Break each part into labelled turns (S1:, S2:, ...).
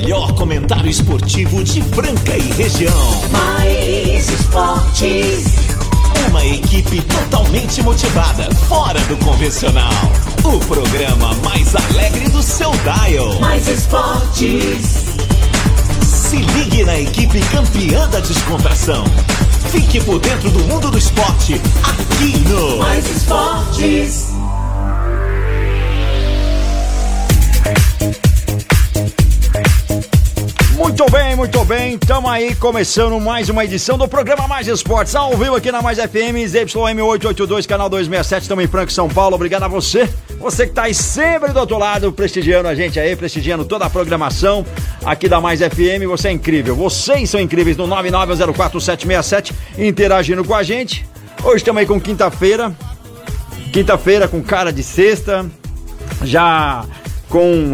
S1: melhor comentário esportivo de Franca e região.
S2: Mais Esportes.
S1: Uma equipe totalmente motivada, fora do convencional. O programa mais alegre do seu dial.
S2: Mais Esportes.
S1: Se ligue na equipe campeã da descontração. Fique por dentro do mundo do esporte, aqui no
S2: Mais Esportes.
S3: Muito bem, estamos aí começando mais uma edição do programa Mais Esportes, ao vivo aqui na Mais FM, ZYM882, canal 267, estamos em Franca, São Paulo. Obrigado a você que tá aí sempre do outro lado, prestigiando a gente aí, prestigiando toda a programação aqui da Mais FM. Você é incrível, vocês são incríveis no 991047767, interagindo com a gente. Hoje estamos aí com quinta-feira com cara de sexta, já com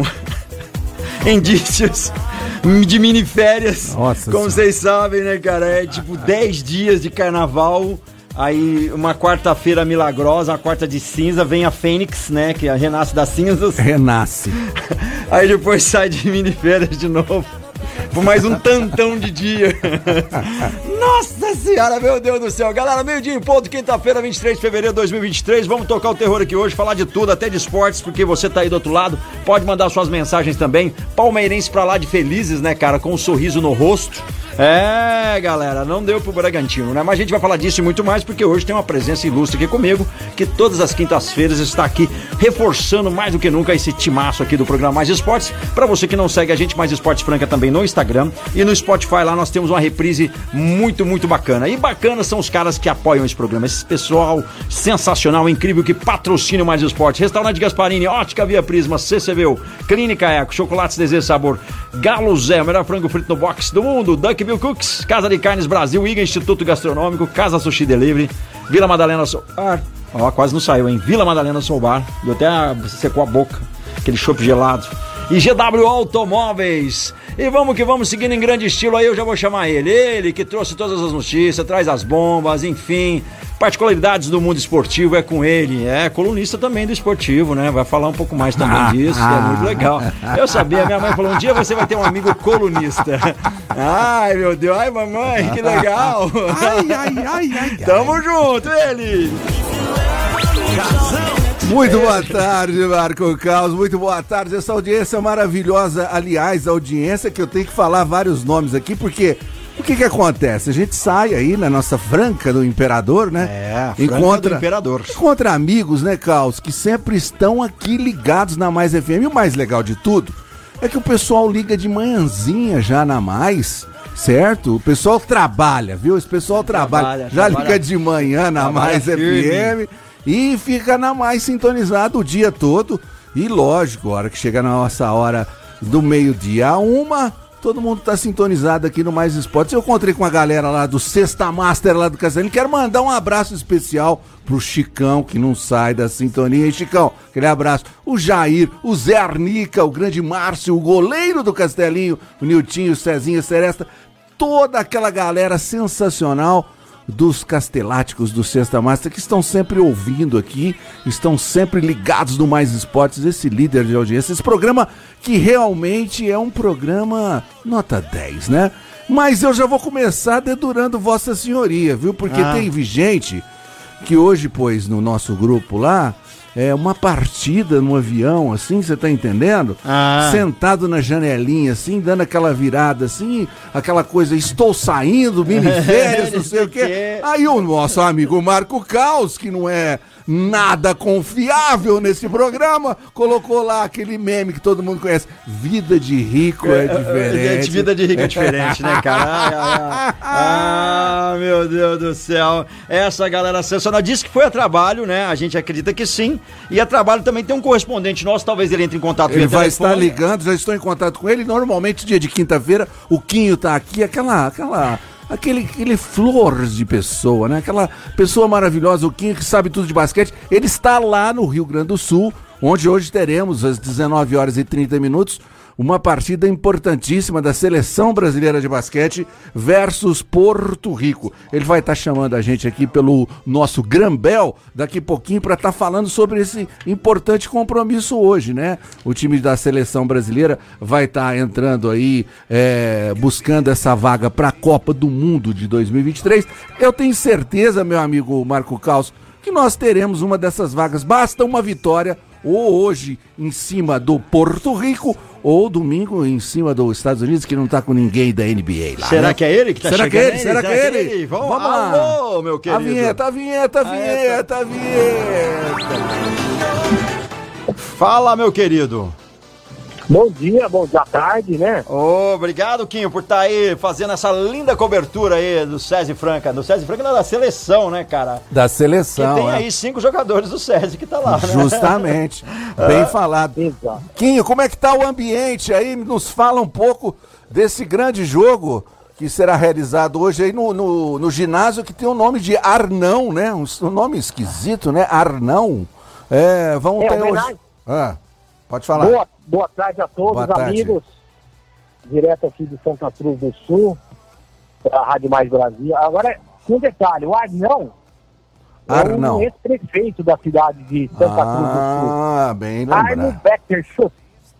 S3: indícios de miniférias. Nossa, como vocês sabem, né, cara? É tipo 10 dias de carnaval. Aí uma quarta-feira milagrosa, uma quarta de cinza, vem a Fênix, né? Que renasce das cinzas.
S4: Renasce.
S3: Aí depois sai de miniférias de novo. Por mais um tantão de dia. Nossa senhora, meu Deus do céu. Galera, meio-dia em ponto, quinta-feira, 23 de fevereiro de 2023. Vamos tocar o terror aqui hoje, falar de tudo, até de esportes, porque você tá aí do outro lado. Pode mandar suas mensagens também. Palmeirense pra lá de felizes, né, cara? Com um sorriso no rosto. É, galera, não deu pro Bragantino, né? Mas a gente vai falar disso e muito mais, porque hoje tem uma presença ilustre aqui comigo, que todas as quintas-feiras está aqui reforçando mais do que nunca esse timaço aqui do programa Mais Esportes. Pra você que não segue a gente, Mais Esportes Franca também no Instagram e no Spotify, lá nós temos uma reprise muito, muito bacana. E bacana são os caras que apoiam esse programa, esse pessoal sensacional, incrível, que patrocina o Mais Esportes. Restaurante Gasparini, Ótica Via Prisma, CCVU, Clínica Eco, Chocolates Desejo Sabor, Galo Zé, o melhor frango frito no box do mundo, Duck Bill Cooks, Casa de Carnes Brasil, IGA Instituto Gastronômico, Casa Sushi Delivery, Vila Madalena Soubar, quase não saiu, hein? Vila Madalena Soubar, deu até secou a boca, aquele chopp gelado. E GW Automóveis. E vamos que vamos, seguindo em grande estilo aí, eu já vou chamar ele que trouxe todas as notícias, traz as bombas, enfim, particularidades do mundo esportivo, é com ele, é colunista também do esportivo, né? Vai falar um pouco mais também disso, que é muito legal. Eu sabia, minha mãe falou, um dia você vai ter um amigo colunista. Ai, meu Deus, ai, mamãe, que legal. Ai. Tamo junto, ele.
S4: Muito boa tarde, Marco Caos, muito boa tarde, essa audiência maravilhosa, aliás, a audiência que eu tenho que falar vários nomes aqui, porque o que acontece? A gente sai aí na nossa Franca do Imperador, né?
S3: Franca do Imperador.
S4: Encontra amigos, né, Caos, que sempre estão aqui ligados na Mais FM, e o mais legal de tudo é que o pessoal liga de manhãzinha já na Mais, certo? O pessoal trabalha, viu? Esse pessoal trabalha. Liga de manhã na Mais FM e fica na Mais sintonizado o dia todo. E lógico, a hora que chega na nossa hora do meio-dia a 1, todo mundo tá sintonizado aqui no Mais Esportes. Eu encontrei com a galera lá do Sexta Master lá do Castelinho. Quero mandar um abraço especial pro Chicão, que não sai da sintonia. E Chicão, aquele abraço. O Jair, o Zé Arnica, o grande Márcio, o goleiro do Castelinho, o Niltinho, o Cezinha, Seresta, toda aquela galera sensacional dos Casteláticos do Sexta Master, que estão sempre ouvindo aqui, estão sempre ligados no Mais Esportes, esse líder de audiência, esse programa que realmente é um programa nota 10, né? Mas eu já vou começar dedurando Vossa Senhoria, viu? Porque teve gente que hoje pôs no nosso grupo lá, uma partida no avião, assim, você tá entendendo? Sentado na janelinha, assim, dando aquela virada, assim, aquela coisa, estou saindo, miniférias, não sei o quê. Aí o nosso amigo Marco Caos, que não é nada confiável nesse programa, colocou lá aquele meme que todo mundo conhece, vida de rico é diferente.
S3: Vida de rico é diferente, né, cara? Meu Deus do céu. Essa galera sensacional disse que foi a trabalho, né? A gente acredita que sim. E a trabalho também tem um correspondente nosso, talvez ele entre em contato com
S4: ele. Ele vai estar ligando, já estou em contato com ele. Normalmente, dia de quinta-feira, o Quinho tá aqui, aquele flor de pessoa, né? Aquela pessoa maravilhosa, o Quinho, que sabe tudo de basquete. Ele está lá no Rio Grande do Sul, onde hoje teremos às 19h30 uma partida importantíssima da Seleção Brasileira de Basquete versus Porto Rico. Ele vai estar chamando a gente aqui pelo nosso Grambel daqui a pouquinho para estar falando sobre esse importante compromisso hoje, né? O time da Seleção Brasileira vai estar entrando aí, buscando essa vaga para a Copa do Mundo de 2023. Eu tenho certeza, meu amigo Marco Caos, que nós teremos uma dessas vagas. Basta uma vitória, ou hoje em cima do Porto Rico, ou domingo em cima dos Estados Unidos, que não tá com ninguém da NBA lá.
S3: Será, né? Que é ele que tá
S4: Será
S3: chegando?
S4: Será que é ele?
S3: Vamos
S4: lá.
S3: Alô, meu querido.
S4: A vinheta.
S3: Fala, meu querido.
S5: Bom dia, boa tarde, né?
S3: Obrigado, Quinho, por estar aí fazendo essa linda cobertura aí do SESI Franca. Do SESI Franca, não, da seleção, né, cara?
S4: Da seleção.
S3: Que tem aí 5 jogadores do SESI que tá lá, né?
S4: Justamente. Bem falado.
S5: Exato.
S4: Quinho, como é que tá o ambiente aí? Nos fala um pouco desse grande jogo que será realizado hoje aí no ginásio, que tem o nome de Arnão, né? Um nome esquisito, né? Arnão. Vamos ter hoje... pode falar.
S5: Boa tarde a todos, amigos. Direto aqui de Santa Cruz do Sul, da Rádio Mais Brasil. Agora, um detalhe, o Arnão é o ex-prefeito da cidade de Santa Cruz do Sul.
S4: Bem lembrado.
S5: Arno Becker Schutz.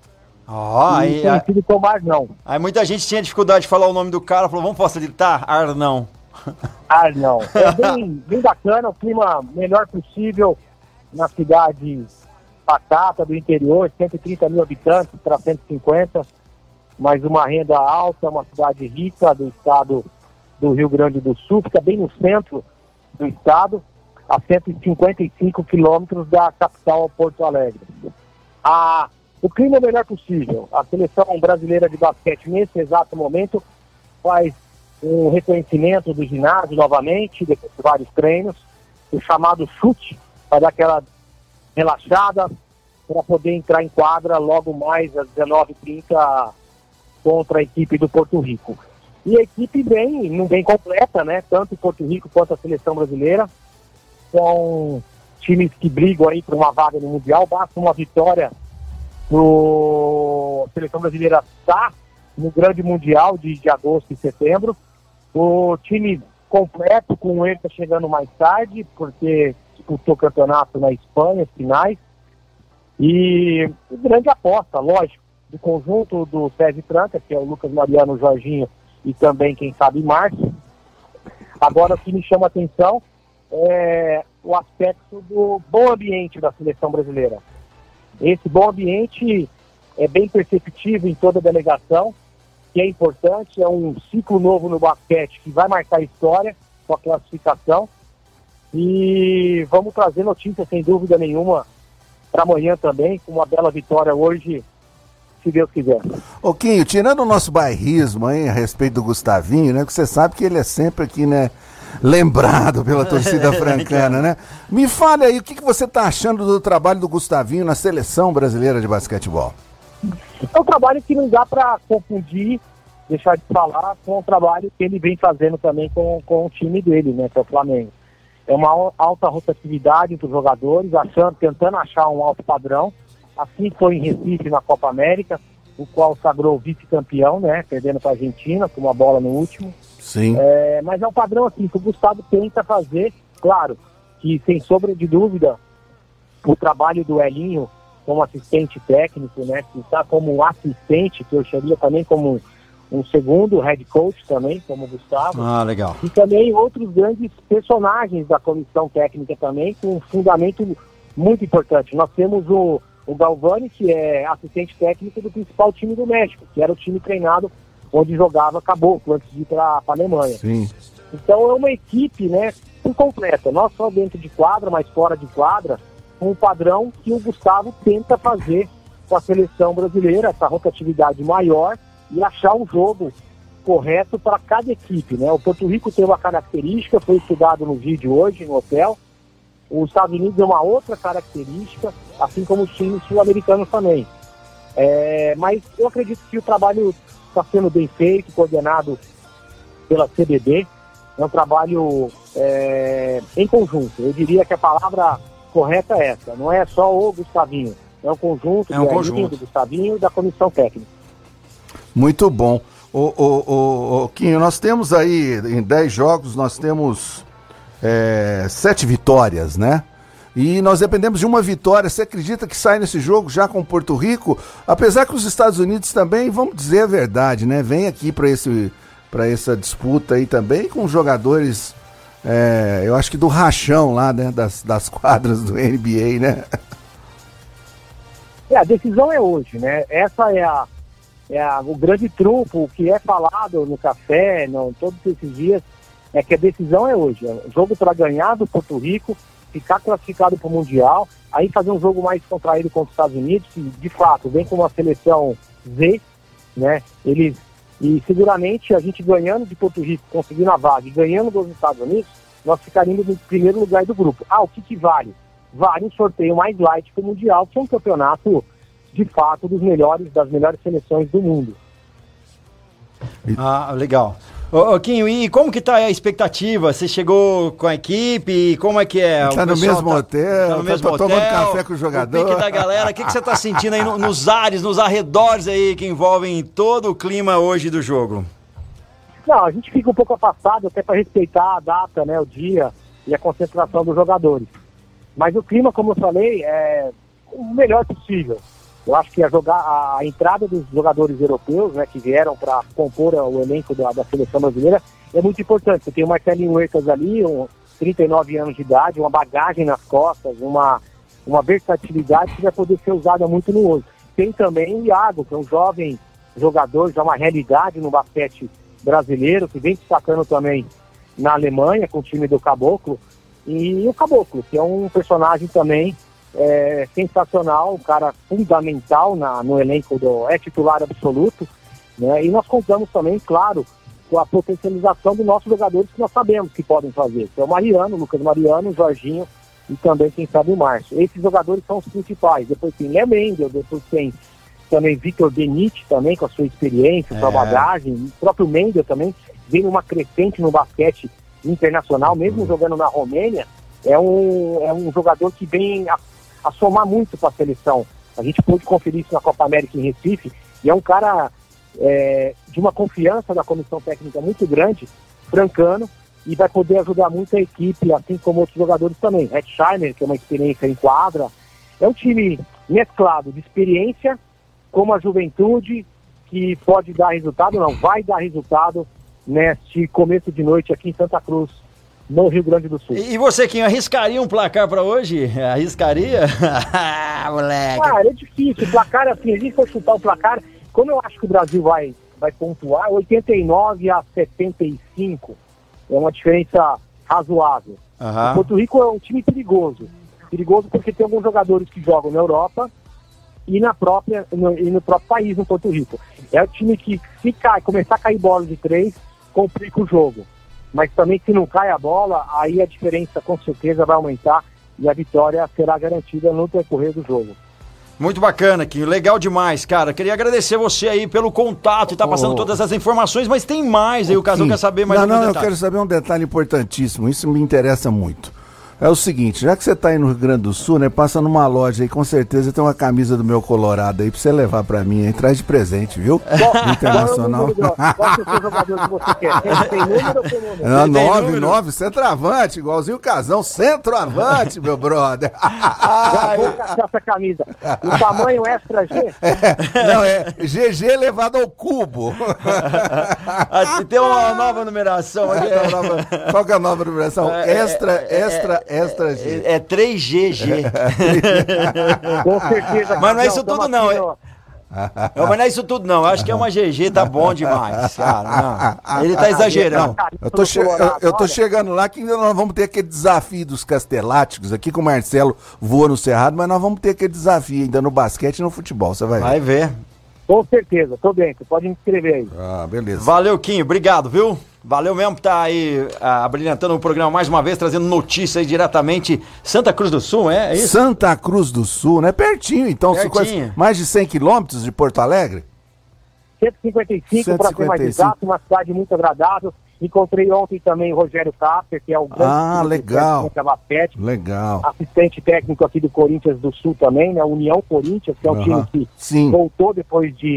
S3: Aí
S5: como Arnão.
S3: Aí muita gente tinha dificuldade de falar o nome do cara, falou, vamos facilitar? Arnão.
S5: Arnão. É bem bacana, o clima melhor possível na cidade pacata do interior, 130 mil habitantes para 150, mas uma renda alta, uma cidade rica do estado do Rio Grande do Sul, fica bem no centro do estado, a 155 quilômetros da capital Porto Alegre. O clima é o melhor possível. A seleção brasileira de basquete, nesse exato momento, faz um reconhecimento do ginásio novamente, depois de vários treinos, o chamado chute, para dar aquela relaxada, para poder entrar em quadra logo mais às 19h30 contra a equipe do Porto Rico. E a equipe não vem completa, né? Tanto o Porto Rico quanto a seleção brasileira. São times que brigam aí por uma vaga no Mundial. Basta uma vitória para a seleção brasileira estar no grande Mundial de agosto e setembro. O time completo, com ele chegando mais tarde, porque disputou campeonato na Espanha, finais, e grande aposta, lógico, do conjunto do SESI Franca, que é o Lucas Mariano, o Jorginho e também, quem sabe, Márcio. Agora, o que me chama a atenção é o aspecto do bom ambiente da seleção brasileira. Esse bom ambiente é bem perceptível em toda a delegação, que é importante, é um ciclo novo no basquete que vai marcar história com a classificação. E vamos trazer notícias, sem dúvida nenhuma, para amanhã também, com uma bela vitória hoje, se Deus quiser.
S4: Ô Quinho, tirando o nosso bairrismo aí a respeito do Gustavinho, né? Que você sabe que ele é sempre aqui, né? Lembrado pela torcida francana, né? Me fale aí, o que você tá achando do trabalho do Gustavinho na Seleção Brasileira de Basquetebol?
S5: É um trabalho que não dá para confundir, deixar de falar, com o trabalho que ele vem fazendo também com o time dele, né? Que é o Flamengo. É uma alta rotatividade entre os jogadores, tentando achar um alto padrão. Assim foi em Recife na Copa América, o qual sagrou vice-campeão, né? Perdendo para a Argentina com uma bola no último.
S4: Sim.
S5: Mas é um padrão assim que o Gustavo tenta fazer. Claro que, sem sombra de dúvida, o trabalho do Elinho como assistente técnico, né? Que está como assistente, que eu chamaria também como um segundo head coach também, como o Gustavo.
S3: Legal.
S5: E também outros grandes personagens da comissão técnica também, com um fundamento muito importante. Nós temos o Galvani, que é assistente técnico do principal time do México, que era o time treinado onde jogava Caboclo antes de ir para a Alemanha.
S4: Sim.
S5: Então é uma equipe, né, completa, não só dentro de quadra, mas fora de quadra, com um padrão que o Gustavo tenta fazer com a seleção brasileira, essa rotatividade maior, e achar um jogo correto para cada equipe, né? O Porto Rico tem uma característica, foi estudado no vídeo hoje, no hotel. Os Estados Unidos é uma outra característica, assim como os times sul-americanos também. Mas eu acredito que o trabalho está sendo bem feito, coordenado pela CBB. É um trabalho em conjunto. Eu diria que a palavra correta é essa. Não é só o Gustavinho. É um conjunto do Gustavinho e da comissão técnica.
S4: Muito bom. Quinho, nós temos aí, em 10 jogos, nós temos 7 vitórias, né? E nós dependemos de uma vitória. Você acredita que sai nesse jogo já com Porto Rico? Apesar que os Estados Unidos também, vamos dizer a verdade, né? Vem aqui para essa disputa aí também com jogadores, eu acho que do rachão lá, né? Das quadras do NBA, né?
S5: A decisão é hoje, né? Essa o grande trunfo, o que é falado no café, todos esses dias, é que a decisão é hoje. É jogo para ganhar do Porto Rico, ficar classificado para o Mundial, aí fazer um jogo mais contraído contra os Estados Unidos, que de fato vem com uma seleção Z, né? E seguramente a gente ganhando de Porto Rico, conseguindo a vaga e ganhando dos Estados Unidos, nós ficaríamos no primeiro lugar do grupo. O que vale? Vale um sorteio mais light para o Mundial, que é um campeonato de fato das melhores seleções do mundo.
S3: Legal. Quinho, e como que tá a expectativa? Você chegou com a equipe? Como é que é?
S4: Tá no mesmo hotel, tá tomando café com o jogador.
S3: O pique da galera, o que você tá sentindo aí nos ares, nos arredores aí que envolvem todo o clima hoje do jogo?
S5: Não, a gente fica um pouco afastado até para respeitar a data, né, o dia e a concentração dos jogadores. Mas o clima, como eu falei, é o melhor possível. Eu acho que a entrada dos jogadores europeus, né, que vieram para compor o elenco da seleção brasileira é muito importante. Você tem o Marcelinho Huertas ali, 39 anos de idade, uma bagagem nas costas, uma versatilidade que vai poder ser usada muito no hoje. Tem também o Iago, que é um jovem jogador, já uma realidade no basquete brasileiro, que vem destacando também na Alemanha com o time do Caboclo. E o Caboclo, que é um personagem também sensacional, um cara fundamental no elenco é titular absoluto, né? E nós contamos também, claro, com a potencialização dos nossos jogadores que nós sabemos que podem fazer, que é o Mariano, o Lucas Mariano, o Jorginho e também, quem sabe, o Márcio. Esses jogadores são os principais. Depois tem Léo Mendel, depois tem também Vitor Benite também, com a sua experiência, sua bagagem, o próprio Mendel também vem numa crescente no basquete internacional, mesmo jogando na Romênia, é um jogador que vem a somar muito para a seleção. A gente pôde conferir isso na Copa América em Recife, e é um cara de uma confiança da comissão técnica muito grande, francano, e vai poder ajudar muito a equipe, assim como outros jogadores também. Hetzheimer, que é uma experiência em quadra. É um time mesclado de experiência com a juventude que pode dar resultado, vai dar resultado neste começo de noite aqui em Santa Cruz, no Rio Grande do Sul.
S3: E você, Quinho, arriscaria um placar para hoje? Arriscaria? Moleque.
S5: É difícil. O placar, assim, a gente for chutar o placar, como eu acho que o Brasil vai pontuar, 89-75. É uma diferença razoável. O Porto Rico é um time perigoso. Perigoso porque tem alguns jogadores que jogam na Europa e no próprio país, no Porto Rico. É o time que, se começar a cair bola de 3, complica o jogo. Mas também, se não cai a bola, aí a diferença com certeza vai aumentar e a vitória será garantida no decorrer do jogo.
S3: Muito bacana, Quinho. Legal demais, cara. Queria agradecer você aí pelo contato e tá passando todas as informações, mas tem mais aí, o Casão quer saber mais
S4: detalhe. Eu quero saber um detalhe importantíssimo, isso me interessa muito. É o seguinte, já que você tá aí no Rio Grande do Sul, né, passa numa loja aí, com certeza tem uma camisa do meu Colorado aí pra você levar pra mim aí, traz de presente, viu? Internacional.
S5: Qual é o seu jogador que você quer? Tem número ou tem número?
S4: 9, centroavante, igualzinho o Casão, centroavante, meu brother.
S5: Já vou caçar essa camisa. O tamanho extra G?
S4: Não, é GG elevado ao cubo.
S3: Tem uma nova numeração aqui.
S4: Qual que é a nova numeração? Extra G.
S3: É 3GG.
S5: Com certeza.
S3: Mas não é isso tudo não. Mas não é isso tudo não. Acho que é uma GG, tá bom demais, cara. Não. Ele tá exagerando.
S4: Eu tô chegando lá que ainda nós vamos ter aquele desafio dos casteláticos aqui, que o Marcelo voa no Cerrado, mas nós vamos ter aquele desafio ainda no basquete e no futebol, você vai ver.
S3: Vai ver.
S5: Com certeza, tô dentro. Pode me inscrever aí.
S4: Beleza.
S3: Valeu, Quinho. Obrigado, viu? Valeu mesmo por estar aí abrilhantando o programa mais uma vez, trazendo notícias aí diretamente Santa Cruz do Sul, é isso?
S4: Santa Cruz do Sul, né? Pertinho, então.
S3: Pertinho.
S4: Mais de 100 quilômetros de Porto Alegre?
S5: 155, para ser mais exato, uma cidade muito agradável. Encontrei ontem também o Rogério Casper, que é o grande
S4: legal.
S5: Basquete,
S4: legal.
S5: Assistente técnico aqui do Corinthians do Sul também, né? União Corinthians, que é um time que voltou depois de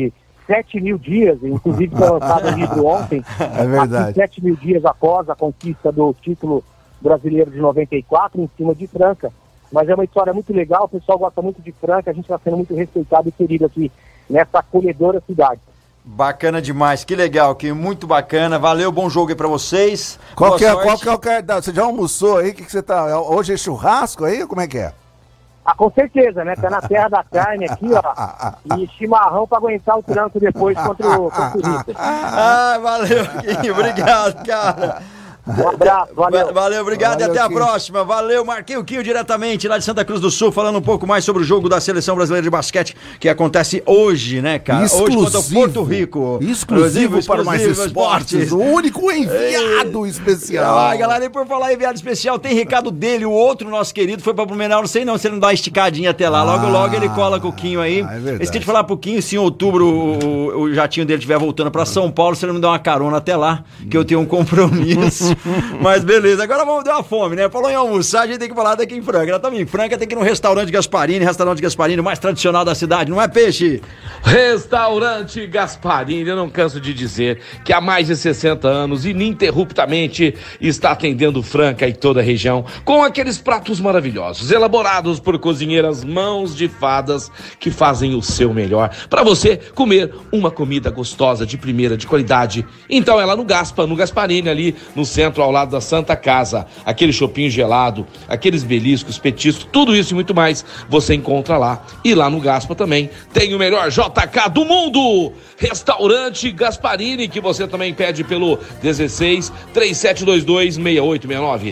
S5: 7 mil dias, inclusive foi lançado o livro ontem.
S4: É verdade.
S5: 7 mil dias após a conquista do título brasileiro de 94, em cima de Franca. Mas é uma história muito legal, o pessoal gosta muito de Franca, a gente está sendo muito respeitado e querido aqui nessa acolhedora cidade.
S3: Bacana demais, que legal, que muito bacana. Valeu, bom jogo aí pra vocês.
S4: Qual que é o cardápio? Você já almoçou aí? Que você tá? Hoje é churrasco aí? Como é que é?
S5: Ah, com certeza, né? Tá na terra da carne aqui, ó. E chimarrão pra aguentar o tranco depois contra o Inter.
S3: Valeu, Quinho, obrigado, cara.
S5: Um abraço, valeu.
S3: Valeu, obrigado.
S4: Valeu,
S3: e até a
S4: Quinho.
S3: próxima. Valeu, Marquinho Quinho, diretamente lá de Santa Cruz do Sul, falando um pouco mais sobre o jogo da Seleção Brasileira de Basquete, que acontece hoje, né, cara? Hoje contra o Porto Rico.
S4: Exclusivo para Mais Esportes, o único enviado especial.
S3: Ah, galera, e por falar em enviado especial, tem recado dele, o outro nosso querido foi pra Blumenau, não sei não se ele não dá uma esticadinha até lá, logo ele cola com o Quinho aí.
S4: É verdade.
S3: Esqueci de falar pro Quinho, se em outubro o jatinho dele estiver voltando pra São Paulo, se ele não me dá uma carona até lá, que eu tenho um compromisso. Mas beleza, agora vamos dar uma fome, né? Falou em almoçar, a gente tem que falar daqui em Franca. Nós estamos em Franca, tem que ir no restaurante Gasparini, o mais tradicional da cidade, não é, Peixe?
S6: Restaurante Gasparini, eu não canso de dizer que há mais de 60 anos, ininterruptamente, está atendendo Franca e toda a região, com aqueles pratos maravilhosos, elaborados por cozinheiras mãos de fadas, que fazem o seu melhor, para você comer uma comida gostosa, de primeira, de qualidade. Então é lá no Gasparini, ali no centro, ao lado da Santa Casa, aquele chopinho gelado, aqueles beliscos, petiscos, tudo isso e muito mais, você encontra lá. E lá no Gaspa também tem o melhor JK do mundo, Restaurante Gasparini, que você também pede pelo 16 3722 6869,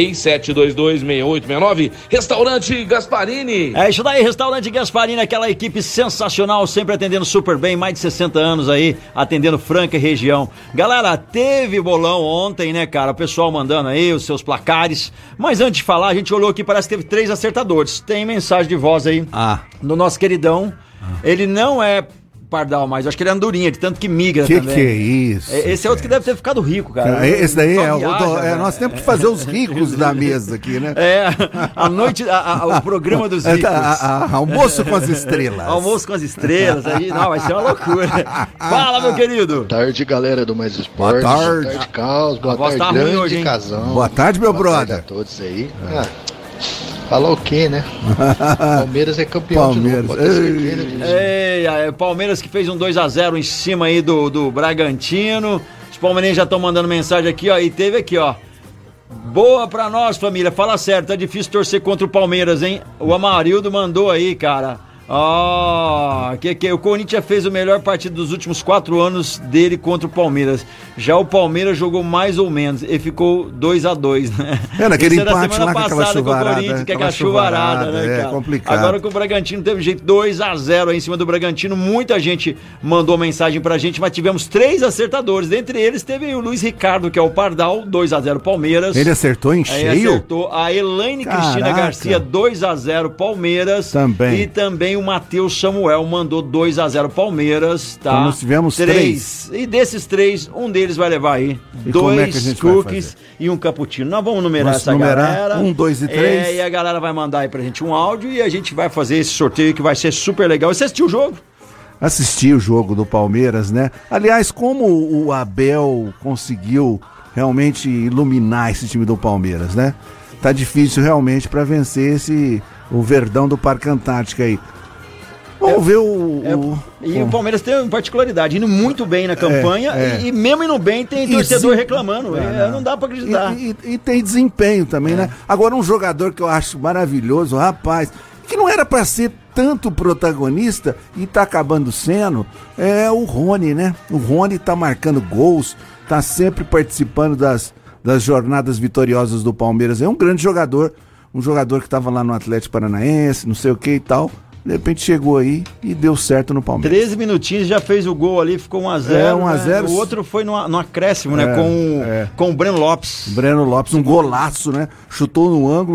S6: 3722 6869, Restaurante Gasparini.
S3: É isso daí, Restaurante Gasparini, aquela equipe sensacional, sempre atendendo super bem, mais de 60 anos aí, atendendo Franca e região. Galera, teve bolão ontem, né, cara? O pessoal mandando aí os seus placares. Mas antes de falar, a gente olhou aqui, parece que teve 3 acertadores. Tem mensagem de voz aí do nosso queridão. Ele não é pardal, mas eu acho que ele é andorinha, de tanto que migra também.
S4: Que é isso?
S3: Esse é outro que deve ter ficado rico, cara.
S4: Esse daí
S3: Só viaja,
S4: nós temos que fazer os ricos da mesa aqui, né?
S3: A noite, o programa dos ricos.
S4: Almoço com as estrelas.
S3: Almoço com as estrelas, aí, não, vai ser uma loucura. Fala, meu querido.
S7: Boa tarde, galera do Mais Esportes.
S4: Boa tarde.
S7: Boa tarde, Carlos. Boa tarde,
S3: tá
S7: grande
S3: hoje, hein?
S7: Casão.
S4: Boa tarde, meu
S7: Boa
S4: brother.
S7: tarde a todos aí. Falar o quê, né? Palmeiras é campeão de novo, pode ter certeza disso.
S3: Palmeiras que fez um 2-0 em cima aí do Bragantino. Os palmeirenses já estão mandando mensagem aqui, ó. E teve aqui, ó. Boa pra nós, família. Fala certo, tá difícil torcer contra o Palmeiras, hein? O Amarildo mandou aí, cara. O Corinthians fez o melhor partido dos últimos 4 anos dele contra o Palmeiras. Já o Palmeiras jogou mais ou menos e ficou 2-2, né?
S4: Naquele
S3: Isso
S4: empate
S3: semana
S4: lá com aquela
S3: passada com o Corinthians, que é aquela chuvarada, né, cara?
S4: É complicado.
S3: Agora com o Bragantino teve jeito, 2-0 aí em cima do Bragantino. Muita gente mandou mensagem pra gente, mas tivemos 3 acertadores. Dentre eles teve o Luiz Ricardo, que é o Pardal, 2-0 Palmeiras.
S4: Ele acertou em cheio?
S3: Acertou. A Elaine Cristina Garcia, 2-0 Palmeiras.
S4: Também.
S3: E também o Matheus Samuel mandou 2-0 Palmeiras, tá?
S4: Então nós tivemos 3.
S3: E desses 3, um deles vai levar aí
S4: E como é que a
S3: 2
S4: gente vai
S3: cookies e um cappuccino. Nós vamos numerar essa
S4: numerar
S3: galera.
S4: 1, 2 e 3.
S3: E a galera vai mandar aí pra gente um áudio e a gente vai fazer esse sorteio que vai ser super legal. Você assistiu o jogo?
S4: Assisti o jogo do Palmeiras, né? Aliás, como o Abel conseguiu realmente iluminar esse time do Palmeiras, né? Tá difícil realmente pra vencer o Verdão do Parque Antártica aí. Vamos ver
S3: E o Palmeiras tem uma particularidade, indo muito bem na campanha e mesmo indo bem tem torcedor reclamando. Não dá pra acreditar.
S4: E tem desempenho também, né? Agora um jogador que eu acho maravilhoso, rapaz, que não era pra ser tanto protagonista e tá acabando sendo, é o Rony, né? O Rony tá marcando gols, tá sempre participando das jornadas vitoriosas do Palmeiras. É um grande jogador, um jogador que tava lá no Atlético Paranaense, não sei o que e tal. De repente chegou aí e deu certo no Palmeiras.
S3: 13 minutinhos, já fez o gol ali, ficou 1-0.
S4: 1-0.
S3: Né? O outro foi no acréscimo, né? Com o Breno Lopes.
S4: Breno Lopes, um golaço, né? Chutou no ângulo,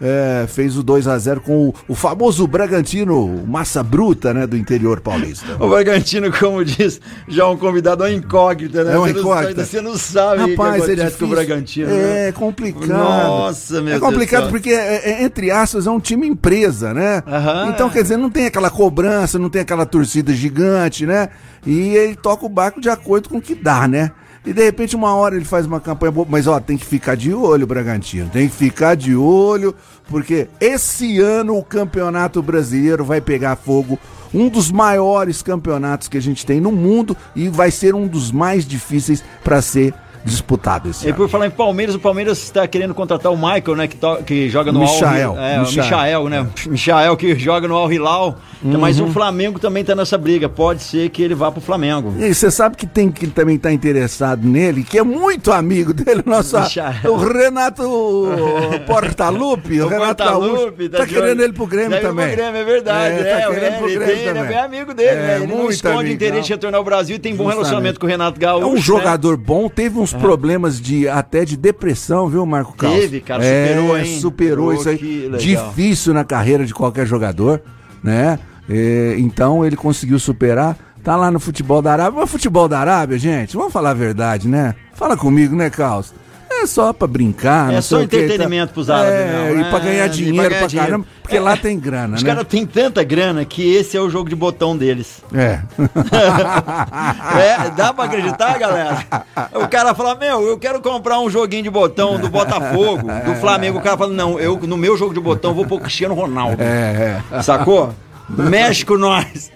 S4: fez o 2-0 com o famoso Bragantino, massa bruta, né, do interior paulista.
S3: O Bragantino, como diz, já um convidado, é uma incógnita, né?
S4: É uma incógnita.
S3: Você não sabe,
S4: rapaz,
S3: o que acontece com o Bragantino.
S4: É complicado.
S3: Nossa, meu Deus.
S4: É complicado porque, entre aspas, é um time empresa, né? Então, quer dizer, não tem aquela cobrança, não tem aquela torcida gigante, né? E ele toca o barco de acordo com o que dá, né? E de repente uma hora ele faz uma campanha boa, mas tem que ficar de olho, Bragantino, tem que ficar de olho, porque esse ano o Campeonato Brasileiro vai pegar fogo, um dos maiores campeonatos que a gente tem no mundo e vai ser um dos mais difíceis para ser disputado esse ano.
S3: E por falar em Palmeiras, o Palmeiras está querendo contratar o Michael, né, que joga no
S4: Michael.
S3: O Michael, né? Michael que joga no Al Hilal, mas o Flamengo também está nessa briga, pode ser que ele vá pro Flamengo.
S4: E você sabe que tem que também tá interessado nele, que é muito amigo dele, o Renato Portaluppi,
S3: o Renato Portaluppi
S4: tá querendo ele pro Grêmio também.
S3: Pro Grêmio, é verdade. Ele é amigo dele, né? Ele não esconde interesse de retornar ao Brasil e tem bom relacionamento com o Renato Gaúcho.
S4: É um jogador bom, teve uns problemas até de depressão, viu, Marco Carlos?
S3: Teve, cara, superou, hein?
S4: Superou isso aí. Difícil na carreira de qualquer jogador, né? Então ele conseguiu superar. Tá lá no futebol da Arábia. Mas futebol da Arábia, gente, vamos falar a verdade, né? Fala comigo, né, Carlos? É só pra brincar,
S3: é só entretenimento pros árabes,
S4: e pra ganhar dinheiro pra caramba, porque lá tem grana,
S3: Os
S4: né?
S3: caras têm tanta grana que esse é o jogo de botão deles. Dá pra acreditar, galera? O cara fala, eu quero comprar um joguinho de botão do Botafogo, do Flamengo. O cara fala, não, eu no meu jogo de botão vou pôr o Cristiano Ronaldo. Sacou? Mexe com nós.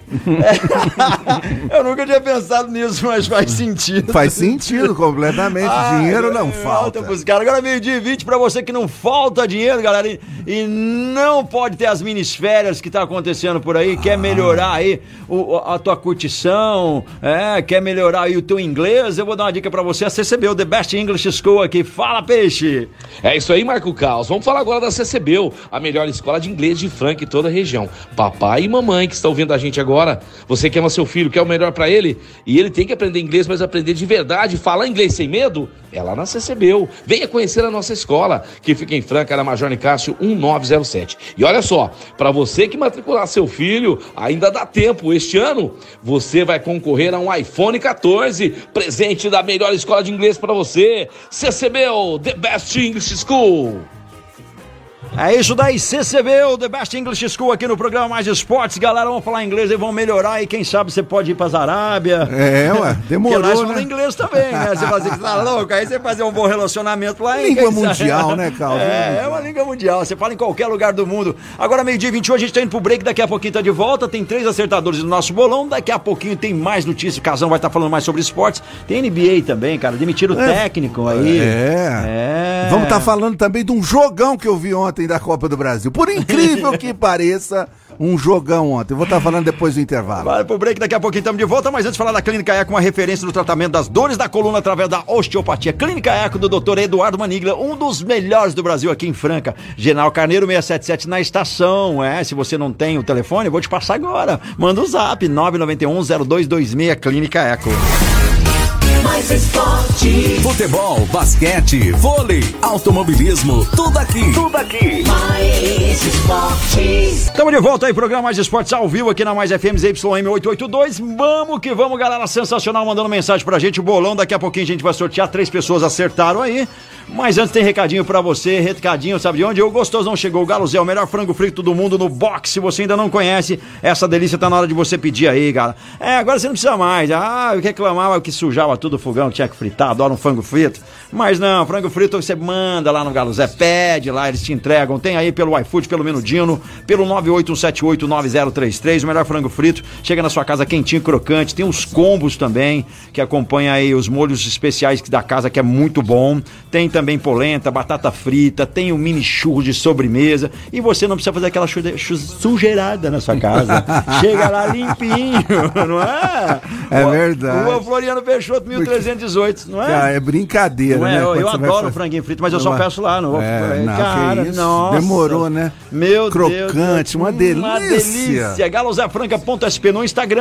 S3: Eu nunca tinha pensado nisso, mas faz sentido.
S4: Faz sentido completamente. Dinheiro não falta.
S3: Agora 12:20 pra você que não falta dinheiro, galera. E não pode ter as minisférias que tá acontecendo por aí. Quer melhorar aí a tua curtição, quer melhorar aí o teu inglês. Eu vou dar uma dica pra você. A CCBU, The Best English School aqui. Fala, peixe.
S6: É isso aí, Marco Carlos. Vamos falar agora da CCBU, a melhor escola de inglês de Franca e toda a região. Papai e mamãe que estão ouvindo a gente agora, você que ama seu filho, quer o melhor pra ele, e ele tem que aprender inglês, mas aprender de verdade, falar inglês sem medo, é lá na CCBU. Venha conhecer a nossa escola, que fica em Franca, na Major Nicásio 1907. E olha só, pra você que matricular seu filho, ainda dá tempo. Este ano, você vai concorrer a um iPhone 14, presente da melhor escola de inglês pra você. CCBU, The Best English School.
S3: É isso daí, CCBU, The Best English School aqui no programa Mais Esportes. Galera, vamos falar inglês e vão melhorar. E quem sabe você pode ir pra Arábia.
S4: Demorou,
S3: porque lá falam inglês também, né? Você fala assim, que tá louco, aí você fazer um bom relacionamento lá.
S4: Língua mundial, né, Carlos?
S3: É uma língua mundial, você fala em qualquer lugar do mundo. Agora, 12:21, a gente tá indo pro break, daqui a pouquinho tá de volta. Tem 3 acertadores do nosso bolão, daqui a pouquinho tem mais notícias. O Casão vai estar falando mais sobre esportes. Tem NBA também, cara, demitiram o técnico aí.
S4: Vamos estar falando também de um jogão que eu vi ontem da Copa do Brasil. Por incrível que pareça, um jogão ontem. Vou estar falando depois do intervalo.
S3: Vai pro break, daqui a pouquinho estamos de volta, mas antes de falar da Clínica Eco, uma referência no tratamento das dores da coluna através da osteopatia. Clínica Eco do Dr. Eduardo Manigla, um dos melhores do Brasil aqui em Franca. General Carneiro 677 na estação. Se você não tem o telefone, eu vou te passar agora. Manda o zap 991-0226 Clínica Eco.
S2: Mais esporte.
S1: Futebol, basquete, vôlei, automobilismo, tudo aqui.
S2: Mais esportes.
S3: Estamos de volta aí, programa Mais Esportes ao vivo aqui na Mais FM ZYM 882. Vamos que vamos, galera, sensacional, mandando mensagem pra gente. O bolão, daqui a pouquinho a gente vai sortear. 3 pessoas acertaram aí. Mas antes tem recadinho pra você, recadinho, sabe de onde? O Gostosão chegou, o Galo Zé, o melhor frango frito do mundo no box. Se você ainda não conhece, essa delícia tá na hora de você pedir aí, cara. Agora você não precisa mais. Eu reclamava que sujava tudo o fogão, que tinha que fritar, adoro um frango frito. Mas não, frango frito você manda lá no Galo Zé, pede lá, eles te entregam. Tem aí pelo iFood, pelo Menudino, pelo 981789033, o melhor frango frito. Chega na sua casa quentinho, crocante. Tem os combos também, que acompanha aí os molhos especiais da casa, que é muito bom. Tem também polenta, batata frita, tem o mini churro de sobremesa. E você não precisa fazer aquela sujeirada na sua casa. Chega lá limpinho, não é?
S4: É verdade.
S3: Rua Floriano Peixoto, 1318, não é?
S4: Cara, é brincadeira,
S3: não é?
S4: né?
S3: Eu adoro franguinho frito, mas eu só peço lá. Não, cara, nossa.
S4: Demorou, né?
S3: Meu
S4: crocante,
S3: Deus.
S4: Uma delícia.
S3: Galosafranca.sp no Instagram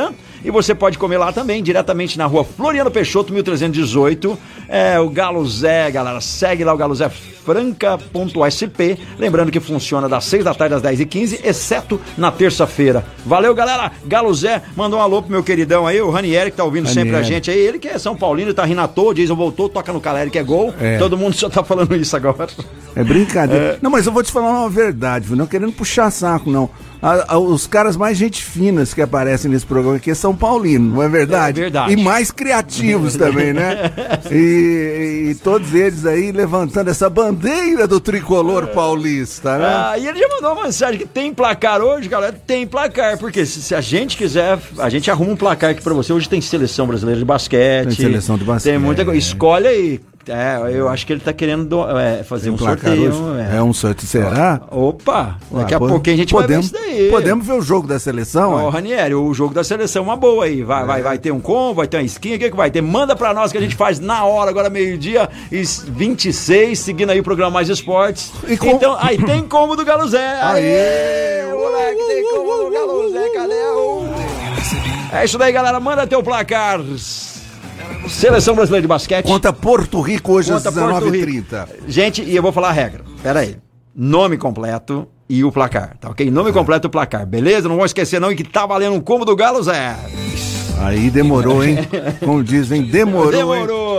S3: E você pode comer lá também, diretamente na rua Floriano Peixoto, 1318. O Galo Zé, galera, segue lá o Galo Zé franca.sp, lembrando que funciona das 6 da tarde às 10h15, exceto na terça-feira. Valeu, galera. Galo Zé, mandou um alô pro meu queridão aí, o Ranieri, que tá ouvindo sempre a gente aí, ele que é São Paulino, tá rindo à toa, Jason voltou, toca no Caleri que é gol, todo mundo só tá falando isso agora.
S4: É brincadeira. Não, mas eu vou te falar uma verdade, não querendo puxar saco, não. Os caras mais gente finas que aparecem nesse programa aqui é São Paulino, não é verdade?
S3: É verdade.
S4: E mais criativos também, né? E todos eles aí levantando essa bandeira do tricolor paulista, né?
S3: E ele já mandou uma mensagem que tem placar hoje, galera. Tem placar, porque se a gente quiser, a gente arruma um placar aqui pra você. Hoje tem seleção brasileira de basquete.
S4: Tem seleção de basquete.
S3: Tem muita coisa. Escolhe aí. Eu acho que ele tá querendo fazer um sorteio.
S4: É um sorteio, será?
S3: Opa, daqui a pouquinho a gente vai ver isso daí.
S4: Podemos ver o jogo da seleção?
S3: Ranieri, o jogo da seleção é uma boa aí. Vai ter um combo, vai ter uma skin, o que vai ter? Manda pra nós que a gente faz na hora, agora meio-dia e 26, seguindo aí o programa Mais Esportes. Então, aí tem combo do Galo Zé. Aê, moleque, tem combo do Galo Zé, cadê? É isso daí, galera, manda teu placar. Seleção Brasileira de Basquete.
S4: Conta Porto Rico hoje às 19h30.
S3: Gente, e eu vou falar a regra. Pera aí. Nome completo e o placar, tá ok? Nome completo e o placar, beleza? Não vão esquecer não que tá valendo um combo do Galo Zé.
S4: Aí demorou, hein? Como dizem, demorou.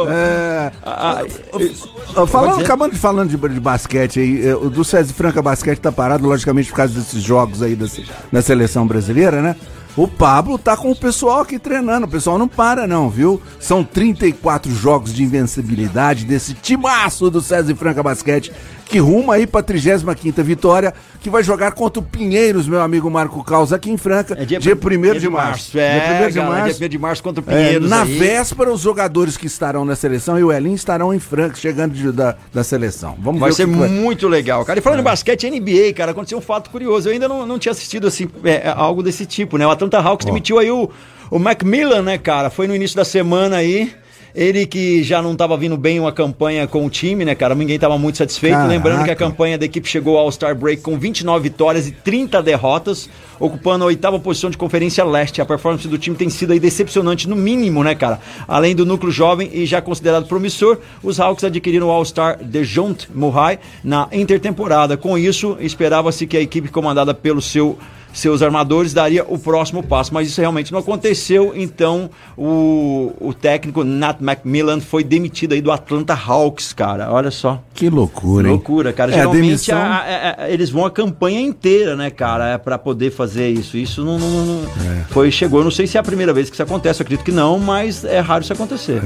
S4: Acabando de falando de basquete aí, o do César Franca Basquete tá parado, logicamente, por causa desses jogos aí da seleção brasileira, né? O Pablo tá com o pessoal aqui treinando, o pessoal não para não, viu? São 34 jogos de invencibilidade desse timaço do César Franca Basquete, que ruma aí pra 35ª vitória, que vai jogar contra o Pinheiros, meu amigo Marco Caos, aqui em Franca, dia 1º de março.
S3: Dia 1º de março contra o Pinheiros.
S4: Na véspera, os jogadores que estarão na seleção e o Elinho estarão em Franca, chegando da seleção. Vamos ver.
S3: Vai ser muito legal, cara. E falando em basquete, NBA, cara, aconteceu um fato curioso. Eu ainda não tinha assistido assim, algo desse tipo, né? O Atlanta Hawks demitiu aí o Macmillan, né, cara? Foi no início da semana aí. Ele que já não estava vindo bem uma campanha com o time, né, cara? Ninguém estava muito satisfeito. Caraca. Lembrando que a campanha da equipe chegou ao All-Star Break com 29 vitórias e 30 derrotas, ocupando a 8ª posição de Conferência Leste. A performance do time tem sido aí decepcionante, no mínimo, né, cara? Além do núcleo jovem e já considerado promissor, os Hawks adquiriram o All-Star DeJounte Murray na intertemporada. Com isso, esperava-se que a equipe comandada pelo seus armadores daria o próximo passo, mas isso realmente não aconteceu, então o técnico Nat McMillan foi demitido aí do Atlanta Hawks, cara, olha só.
S4: Que loucura, hein?
S3: Loucura, cara, geralmente eles vão a campanha inteira, né, cara, pra poder fazer isso não chegou, eu não sei se é a primeira vez que isso acontece, eu acredito que não, mas é raro isso acontecer.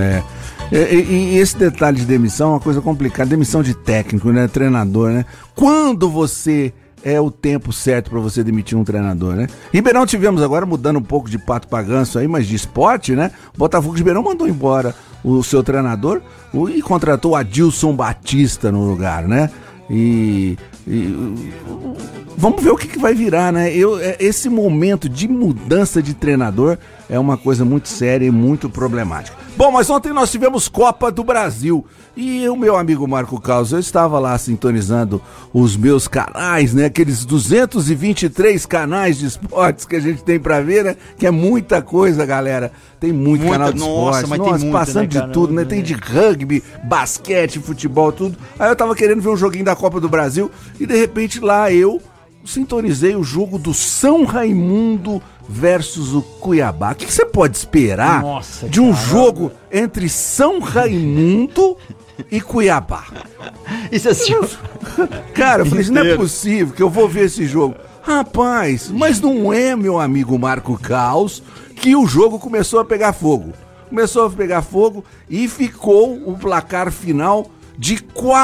S4: E esse detalhe de demissão é uma coisa complicada, demissão de técnico, né, treinador, né, quando você... É o tempo certo para você demitir um treinador, né? Ribeirão tivemos agora, mudando um pouco de pato pra ganso aí, mas de esporte, né? Botafogo de Ribeirão mandou embora o seu treinador e contratou o Adilson Batista no lugar, né? E vamos ver o que vai virar, né? Esse momento de mudança de treinador é uma coisa muito séria e muito problemática. Bom, mas ontem nós tivemos Copa do Brasil e o meu amigo Marco Caos, eu estava lá sintonizando os meus canais, né? Aqueles 223 canais de esportes que a gente tem pra ver, né? Que é muita coisa, galera. Tem muito canal de esportes. Mas tem muito, passando, né, de tudo, né? Tem de rugby, basquete, futebol, tudo. Aí eu tava querendo ver um joguinho da Copa do Brasil e de repente lá eu sintonizei o jogo do São Raimundo versus o Cuiabá. O que você pode esperar de um jogo entre São Raimundo e Cuiabá?
S3: Isso é assim.
S4: Cara, eu falei, não é possível que eu vou ver esse jogo. Rapaz, mas não é, meu amigo Marco Caos, que o jogo começou a pegar fogo. Começou a pegar fogo e ficou o placar final de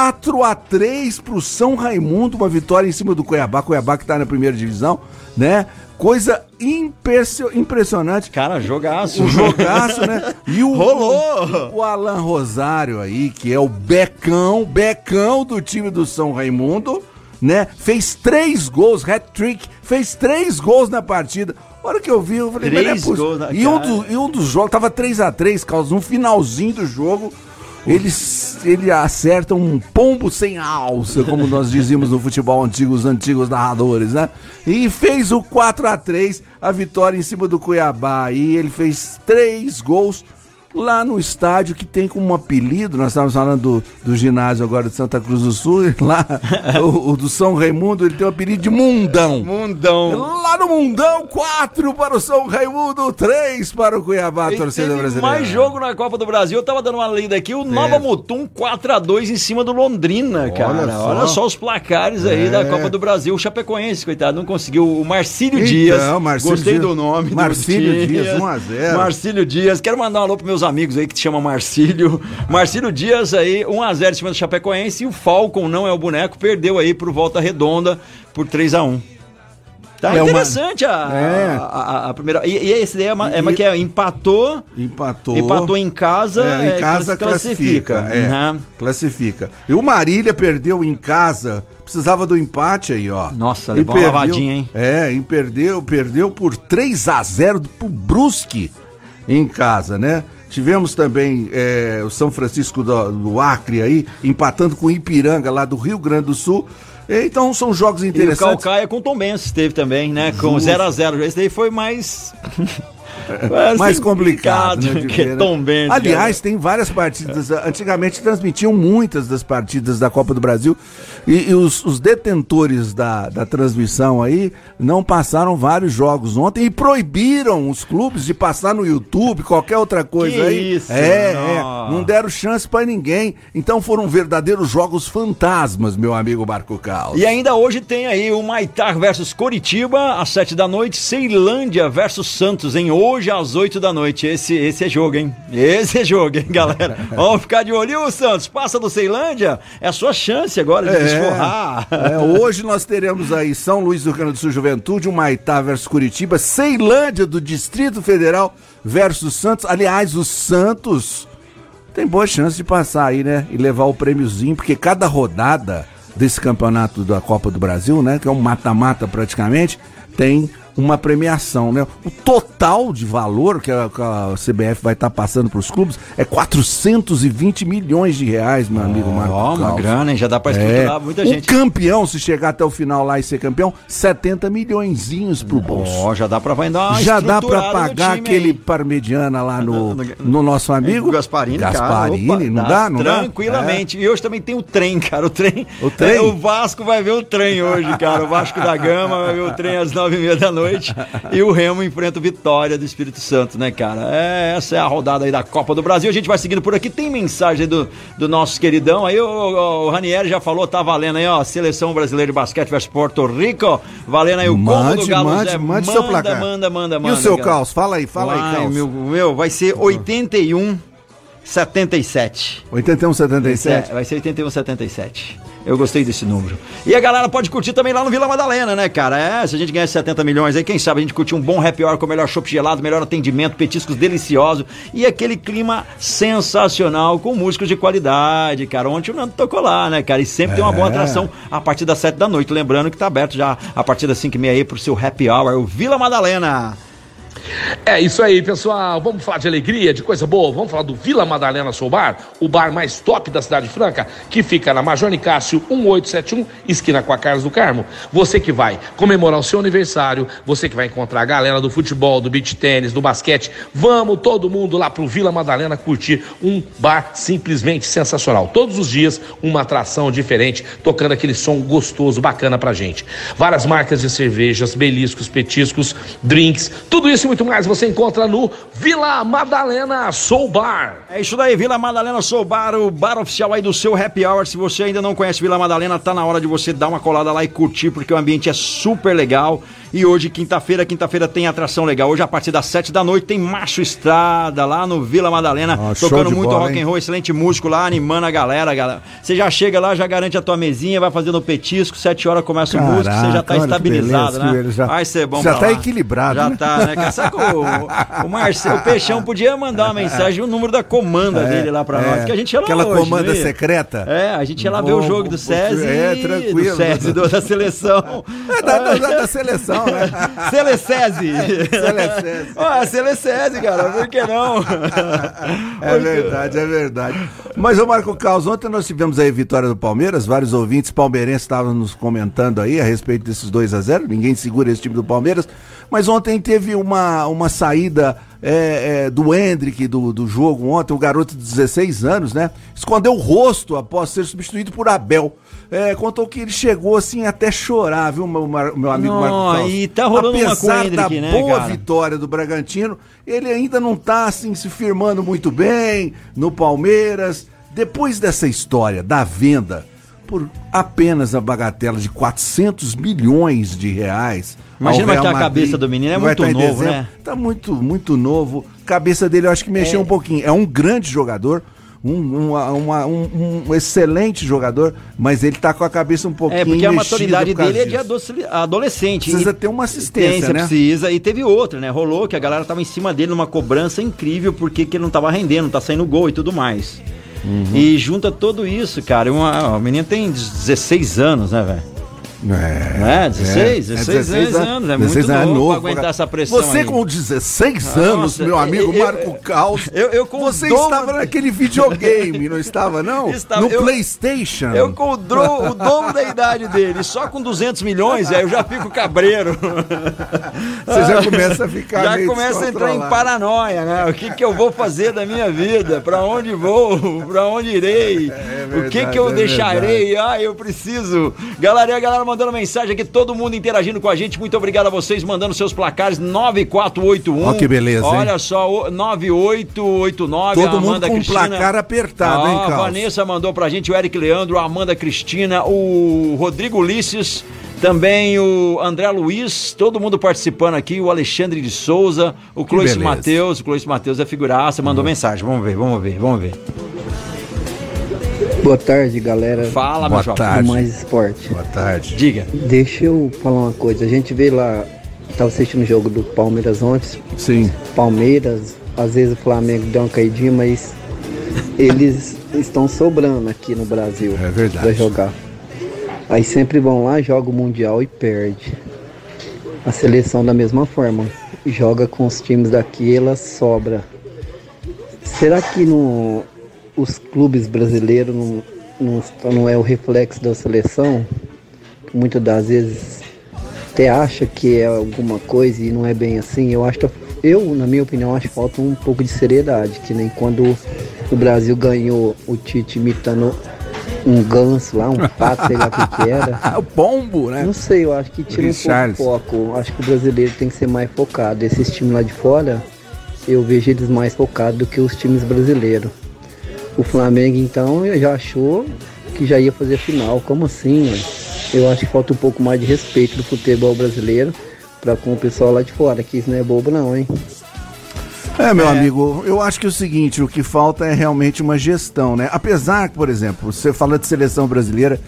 S4: 4-3 pro São Raimundo, uma vitória em cima do Cuiabá que tá na primeira divisão, né? Coisa impressionante.
S3: Cara, jogaço.
S4: O jogaço, né? E
S3: rolou!
S4: O Alan Rosário aí, que é o becão do time do São Raimundo, né? Fez 3 gols, hat-trick, fez 3 gols na partida. A hora que eu vi, eu falei, 3 gols na cara. E um dos jogos, tava 3-3, Carlos, no finalzinho do jogo. ele acerta um pombo sem alça, como nós dizíamos no futebol antigo, os antigos narradores, né? E fez o 4-3, a vitória em cima do Cuiabá. E ele fez 3 gols lá no estádio que tem como apelido, nós estávamos falando do ginásio agora de Santa Cruz do Sul, lá o do São Raimundo, ele tem o apelido de Mundão. Lá no Mundão, 4 para o São Raimundo, 3 para o Cuiabá, torcida brasileira.
S3: Mais jogo na Copa do Brasil, eu tava dando uma lida aqui, o Nova Mutum 4-2 em cima do Londrina, cara. Olha só os placares aí da Copa do Brasil. O Chapecoense, coitado, não conseguiu. O Marcílio Dias, gostei do nome.
S4: Marcílio Dias, 1-0.
S3: Marcílio Dias, quero mandar um alô pros meus amigos aí que se chama Marcílio Dias aí, 1-0 em cima do Chapecoense, e o Falcon, não é o boneco, perdeu aí pro Volta Redonda por 3-1. Tá interessante a primeira. E esse daí que empatou em casa.
S4: Em casa classifica. Classifica. E o Marília perdeu em casa. Precisava do empate aí, ó.
S3: Nossa, levou uma lavadinha, hein?
S4: E perdeu por 3-0 pro Brusque em casa, né? Tivemos também o São Francisco do Acre aí, empatando com o Ipiranga lá do Rio Grande do Sul. Então são jogos interessantes.
S3: E o Calcaia com o Tombense teve também, né? Com 0-0. Esse daí foi mais...
S4: mais complicado, né,
S3: que Tombense.
S4: Aliás, tem várias partidas. Antigamente transmitiam muitas das partidas da Copa do Brasil e os detentores da transmissão aí não passaram vários jogos ontem e proibiram os clubes de passar no YouTube, qualquer outra coisa aí.
S3: Isso,
S4: não deram chance pra ninguém. Então foram verdadeiros jogos fantasmas, meu amigo Marco Caos.
S3: E ainda hoje tem aí o Maitar versus Coritiba às 7 da noite, Ceilândia versus Santos hoje às 8 da noite. Esse é jogo, hein? Esse é jogo, hein, galera? Vamos ficar de olho. E o Santos, passa do Ceilândia? É a sua chance agora de desforrar.
S4: Hoje nós teremos aí São Luís do Rio Grande do Sul Juventude, o Maitá versus Curitiba, Ceilândia do Distrito Federal versus Santos. Aliás, o Santos tem boa chance de passar aí, né? E levar o prêmiozinho, porque cada rodada desse campeonato da Copa do Brasil, né? Que é um mata-mata praticamente, tem uma premiação, né? O total de valor que a CBF vai estar passando para os clubes é 420 milhões de reais, meu amigo Marco.
S3: Uma grana, hein? Já dá para estruturar muita gente.
S4: O campeão, se chegar até o final lá e ser campeão, 70 milhõezinhos pro bolso.
S3: Já dá para dar uma
S4: já dá para pagar aquele parmegiana lá no nosso amigo
S3: Gasparini,
S4: não dá?
S3: Tranquilamente. E hoje também tem o trem, cara. O trem? O Vasco vai ver o trem hoje, cara. O Vasco da Gama vai ver o trem às 9h30 da noite. E o Remo enfrenta o Vitória do Espírito Santo, né, cara? Essa é a rodada aí da Copa do Brasil. A gente vai seguindo por aqui. Tem mensagem aí do nosso queridão. Aí o Ranieri já falou, tá valendo aí, ó. Seleção brasileira de basquete versus Porto Rico. Valendo aí o combo do Galo.
S4: Mande seu placar.
S3: Manda.
S4: E o seu Caos? Fala aí, Caos.
S3: Meu, vai ser 81-77.
S4: 81-77?
S3: Vai ser 81-77. Eu gostei desse número. E a galera pode curtir também lá no Vila Madalena, né, cara? Se a gente ganhar 70 milhões aí, quem sabe a gente curtir um bom happy hour com o melhor chopp gelado, melhor atendimento, petiscos deliciosos e aquele clima sensacional com músicos de qualidade, cara. Ontem o Nando tocou lá, né, cara? E sempre tem uma boa atração a partir das 7 da noite. Lembrando que tá aberto já a partir das 5h30 aí pro seu happy hour, o Vila Madalena.
S6: É isso aí, pessoal. Vamos falar de alegria, de coisa boa. Vamos falar do Vila Madalena Soul Bar, o bar mais top da Cidade Franca, que fica na Major Nicásio 1871, esquina com a Carlos do Carmo. Você que vai comemorar o seu aniversário, você que vai encontrar a galera do futebol, do beach tênis, do basquete, vamos todo mundo lá pro Vila Madalena curtir um bar simplesmente sensacional. Todos os dias uma atração diferente, tocando aquele som gostoso, bacana pra gente. Várias marcas de cervejas, beliscos, petiscos, drinks, tudo isso e muito mais você encontra no Vila Madalena Soul Bar.
S3: É isso daí, Vila Madalena Soul Bar, o bar oficial aí do seu happy hour. Se você ainda não conhece Vila Madalena, tá na hora de você dar uma colada lá e curtir, porque o ambiente é super legal. E hoje, quinta-feira tem atração legal. Hoje, a partir das 7 da noite, tem Macho Estrada lá no Vila Madalena, tocando muito rock and roll, excelente músico lá, animando a galera. Você já chega lá, já garante a tua mesinha, vai fazendo o petisco, 7 horas começa o músico, você já tá estabilizado, né?
S4: Vai ser bom. Já tá equilibrado.
S3: Já tá, né, cara? Sabe que o Marcelo, o Peixão podia mandar uma mensagem, o número da comanda dele lá pra nós, que a gente ia lá
S4: aquela
S3: hoje,
S4: comanda secreta?
S3: A gente ia lá ver o jogo do SESI,
S4: tranquilo,
S3: do SESI, da seleção.
S4: Da seleção, né?
S3: Selecese. Selecese, cara, por que não?
S4: É verdade. Mas, ô Marco Caos, ontem nós tivemos aí a vitória do Palmeiras, vários ouvintes palmeirenses estavam nos comentando aí a respeito desses 2-0, ninguém segura esse time do Palmeiras, mas ontem teve uma saída do Hendrick do jogo ontem, o garoto de 16 anos, né? Escondeu o rosto após ser substituído por Abel. Contou que ele chegou assim até chorar, viu, meu amigo Marco Caos?
S3: E tá rolando uma com o Hendrick,
S4: da
S3: né,
S4: boa
S3: cara?
S4: vitória do Bragantino, ele ainda não tá assim se firmando muito bem no Palmeiras. Depois dessa história da venda por apenas a bagatela de 400 milhões de reais.
S3: Imagina como é que tá a cabeça do menino, é muito novo, né?
S4: Tá muito novo. Cabeça dele eu acho que mexeu um pouquinho. É um grande jogador, um excelente jogador, mas ele tá com a cabeça um pouquinho mexida.
S3: Porque a maturidade dele é de adolescente.
S4: Precisa ter uma assistência, né?
S3: Precisa, e teve outra, né? Rolou que a galera tava em cima dele numa cobrança incrível porque que ele não tava rendendo, não tá saindo gol e tudo mais. E junta tudo isso, cara. O menino tem 16 anos, né, velho? 16 anos. É muito novo pra aguentar essa pressão.
S4: Você
S3: aí.
S4: Com 16 anos, meu amigo Marco Caos, você estava naquele videogame, não estava, não? No PlayStation.
S3: Eu com o dobro da idade dele, só com 200 milhões, aí eu já fico cabreiro.
S4: Você já começa a ficar
S3: já começa a entrar em paranoia, né? O que eu vou fazer da minha vida? Pra onde vou? Pra onde irei? O que eu deixarei? Eu preciso. Galera mandando mensagem aqui, todo mundo interagindo com a gente, muito obrigado a vocês, mandando seus placares, 9481.
S4: Olha que beleza,
S3: olha hein? Só, 9889,
S4: todo
S3: a Amanda
S4: mundo com
S3: Cristina.
S4: Placar apertado, hein, Carlos?
S3: A Vanessa mandou pra gente, o Eric Leandro, a Amanda Cristina, o Rodrigo Ulisses, também o André Luiz, todo mundo participando aqui, o Alexandre de Souza, o Cloício Matheus, é figuraça, mandou mensagem, vamos ver.
S8: Boa tarde, galera.
S3: Fala, meu jovem.
S8: Do Mais Esporte.
S4: Boa tarde.
S3: Diga.
S8: Deixa eu falar uma coisa. A gente vê lá, tava assistindo o jogo do Palmeiras ontem.
S4: Sim.
S8: Palmeiras, às vezes o Flamengo deu uma caidinha, mas eles estão sobrando aqui no Brasil.
S4: É verdade.
S8: Pra jogar. Aí sempre vão lá, jogam o Mundial e perde. A seleção da mesma forma. Joga com os times daqui, ela sobra. Será que os clubes brasileiros não é o reflexo da seleção? Muitas das vezes até acha que é alguma coisa e não é bem assim. Na minha opinião, acho que falta um pouco de seriedade, que nem quando o Brasil ganhou o Tite imitando um ganso lá, um pato, sei lá o que era.
S4: O pombo, né?
S8: Não sei, eu acho que tira um pouco o foco. Acho que o brasileiro tem que ser mais focado. Esses times lá de fora, eu vejo eles mais focados do que os times brasileiros. O Flamengo, então, já achou que já ia fazer a final. Como assim, né? Eu acho que falta um pouco mais de respeito do futebol brasileiro com o pessoal lá de fora, que isso não é bobo não, hein?
S4: Meu amigo, eu acho que é o seguinte, o que falta é realmente uma gestão, né? Apesar, por exemplo, você fala de seleção brasileira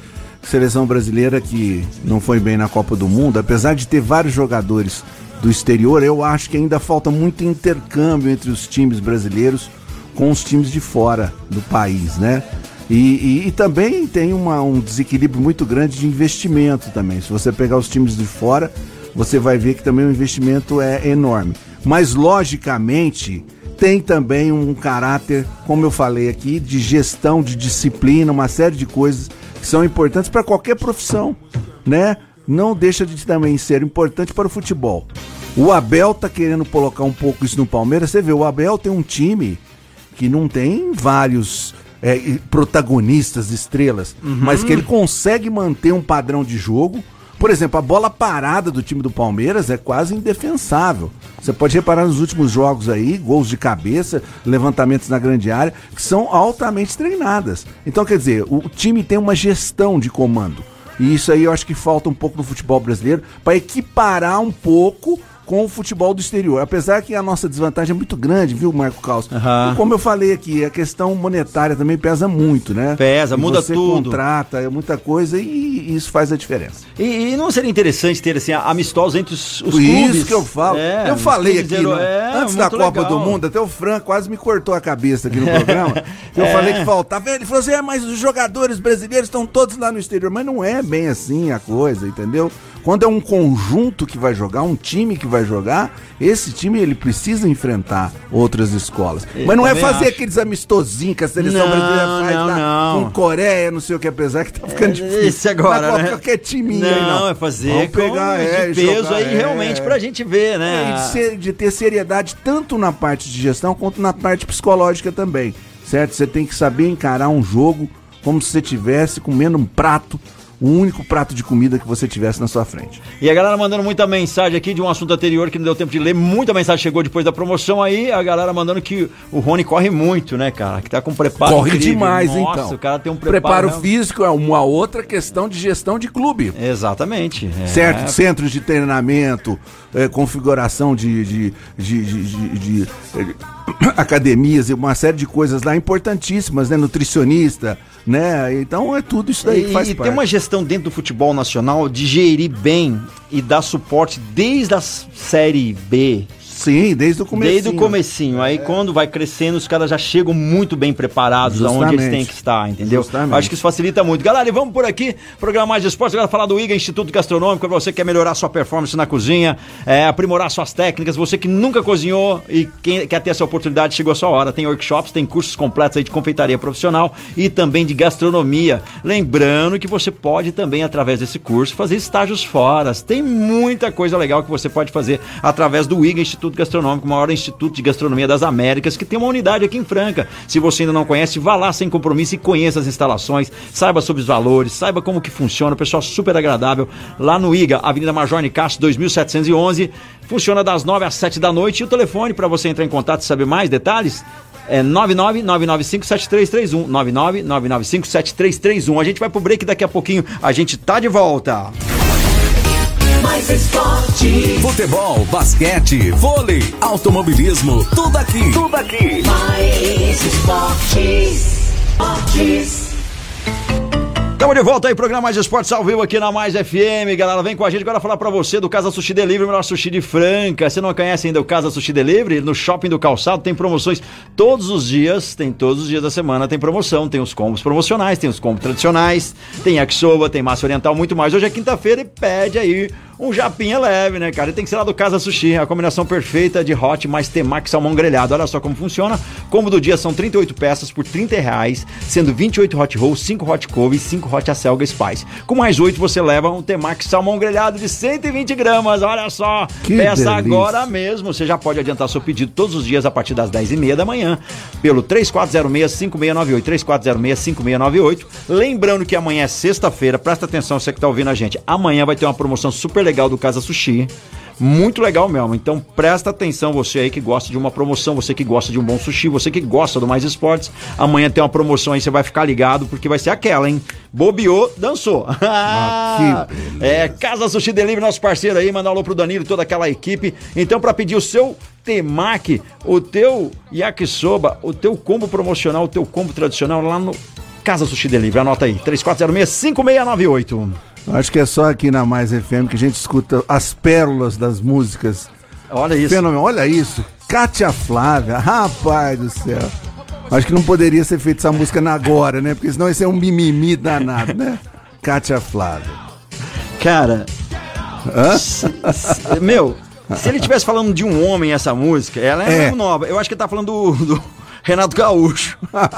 S4: que não foi bem na Copa do Mundo, apesar de ter vários jogadores do exterior, eu acho que ainda falta muito intercâmbio entre os times brasileiros com os times de fora do país, né? E também tem um desequilíbrio muito grande de investimento também. Se você pegar os times de fora, você vai ver que também o investimento é enorme. Mas, logicamente, tem também um caráter, como eu falei aqui, de gestão, de disciplina, uma série de coisas que são importantes para qualquer profissão, né? Não deixa de também ser importante para o futebol. O Abel tá querendo colocar um pouco isso no Palmeiras. Você vê, o Abel tem um time que não tem vários protagonistas, estrelas, mas que ele consegue manter um padrão de jogo. Por exemplo, a bola parada do time do Palmeiras é quase indefensável. Você pode reparar nos últimos jogos aí, gols de cabeça, levantamentos na grande área, que são altamente treinadas. Então, quer dizer, o time tem uma gestão de comando. E isso aí eu acho que falta um pouco no futebol brasileiro para equiparar um pouco com o futebol do exterior. Apesar que a nossa desvantagem é muito grande, viu, Marco Caos? E como eu falei aqui, a questão monetária também pesa muito, né?
S3: Pesa, muda
S4: você
S3: tudo.
S4: Você contrata muita coisa e isso faz a diferença.
S3: E não seria interessante ter, assim, amistosos entre os clubes?
S4: Isso que eu falo. Eu falei aqui, antes da Copa do Mundo, até o Fran quase me cortou a cabeça aqui no programa. Eu falei que faltava. Ele falou assim, mas os jogadores brasileiros estão todos lá no exterior. Mas não é bem assim a coisa, entendeu? Quando é um conjunto que vai jogar, um time que vai jogar, esse time ele precisa enfrentar outras escolas. Mas não é fazer aqueles amistosinhos que a seleção brasileira faz lá com Coreia, não sei o que, apesar que tá ficando difícil.
S3: Isso agora,
S4: né? Qualquer timinho aí,
S3: não. É fazer
S4: vamos pegar,
S3: de peso jogar, aí realmente pra gente ver, né?
S4: De ter seriedade tanto na parte de gestão quanto na parte psicológica também, certo? Você tem que saber encarar um jogo como se você estivesse comendo um prato, o único prato de comida que você tivesse na sua frente.
S3: E a galera mandando muita mensagem aqui de um assunto anterior que não deu tempo de ler, muita mensagem chegou depois da promoção aí, a galera mandando que o Rony corre muito, né, cara, que tá com preparo
S4: corre
S3: incrível.
S4: Demais,
S3: nossa,
S4: então.
S3: O cara tem um
S4: preparo físico é uma outra questão de gestão de clube.
S3: Exatamente.
S4: Certo, centros de treinamento, configuração de academias e uma série de coisas lá importantíssimas, né, nutricionista, né, então é tudo isso daí que faz parte.
S3: E tem uma gestão dentro do futebol nacional de gerir bem e dar suporte desde a Série B.
S4: Sim, desde o comecinho.
S3: Desde o comecinho. Aí quando vai crescendo, os caras já chegam muito bem preparados aonde eles têm que estar, entendeu?
S4: Justamente.
S3: Acho que isso facilita muito. Galera, e vamos por aqui, programa Mais de Esportes, agora falar do IGA, Instituto Gastronômico, para você que quer melhorar sua performance na cozinha, aprimorar suas técnicas, você que nunca cozinhou e quer ter essa oportunidade, chegou a sua hora. Tem workshops, tem cursos completos aí de confeitaria profissional e também de gastronomia. Lembrando que você pode também, através desse curso, fazer estágios fora. Tem muita coisa legal que você pode fazer através do IGA, Instituto Gastronômico, o maior instituto de gastronomia das Américas, que tem uma unidade aqui em Franca. Se você ainda não conhece, vá lá sem compromisso e conheça as instalações, saiba sobre os valores, saiba como que funciona, o pessoal super agradável, lá no IGA, Avenida Major Nicásio 2711, funciona das 9 às 7 da noite, e o telefone para você entrar em contato e saber mais detalhes é 999957331, 999957331. A gente vai pro break, daqui a pouquinho a gente tá de volta.
S2: Mais esporte.
S1: Futebol, basquete, vôlei, automobilismo, tudo aqui.
S2: Tudo aqui. Mais esportes.
S3: Estamos de volta aí, programa Mais Esportes ao vivo aqui na Mais FM, galera, vem com a gente agora falar pra você do Casa Sushi Delivery, o melhor sushi de Franca. Você não conhece ainda o Casa Sushi Delivery? No Shopping do Calçado tem promoções todos os dias da semana tem promoção, tem os combos promocionais, tem os combos tradicionais, tem yakisoba, tem massa oriental, muito mais. Hoje é quinta-feira e pede aí um japinha leve, né, cara? E tem que ser lá do Casa Sushi, a combinação perfeita de hot mais temaki salmão grelhado. Olha só como funciona. Combo do dia são 38 peças por R$30, sendo 28 hot rolls, 5 hot couve e 5 hot acelga spice. Com mais 8 você leva um temaki salmão grelhado de 120 gramas. Olha só,
S4: que
S3: peça
S4: delícia.
S3: Agora mesmo. Você já pode adiantar seu pedido todos os dias a partir das 10h30 da manhã pelo 3406-5698, 3406-5698. Lembrando que amanhã é sexta-feira, presta atenção, você que tá ouvindo a gente. Amanhã vai ter uma promoção super legal do Casa Sushi, muito legal mesmo, então presta atenção, você aí que gosta de uma promoção, você que gosta de um bom sushi, você que gosta do Mais Esportes, amanhã tem uma promoção aí, você vai ficar ligado, porque vai ser aquela, hein? Bobeou, dançou. Casa Sushi Delivery, nosso parceiro aí, manda um alô pro Danilo e toda aquela equipe. Então, para pedir o seu temaki, o teu yakisoba, o teu combo promocional, o teu combo tradicional lá no Casa Sushi Delivery, anota aí, 3406-5698.
S4: Acho que é só aqui na Mais FM que a gente escuta as pérolas das músicas.
S3: Olha isso.
S4: Fenômeno, olha isso. Kátia Flávia, rapaz do céu. Acho que não poderia ser feita essa música agora, né? Porque senão ia ser um mimimi danado, né? Kátia Flávia.
S3: Cara, meu, se ele estivesse falando de um homem essa música, ela é nova. Eu acho que ele tá falando do Renato Gaúcho.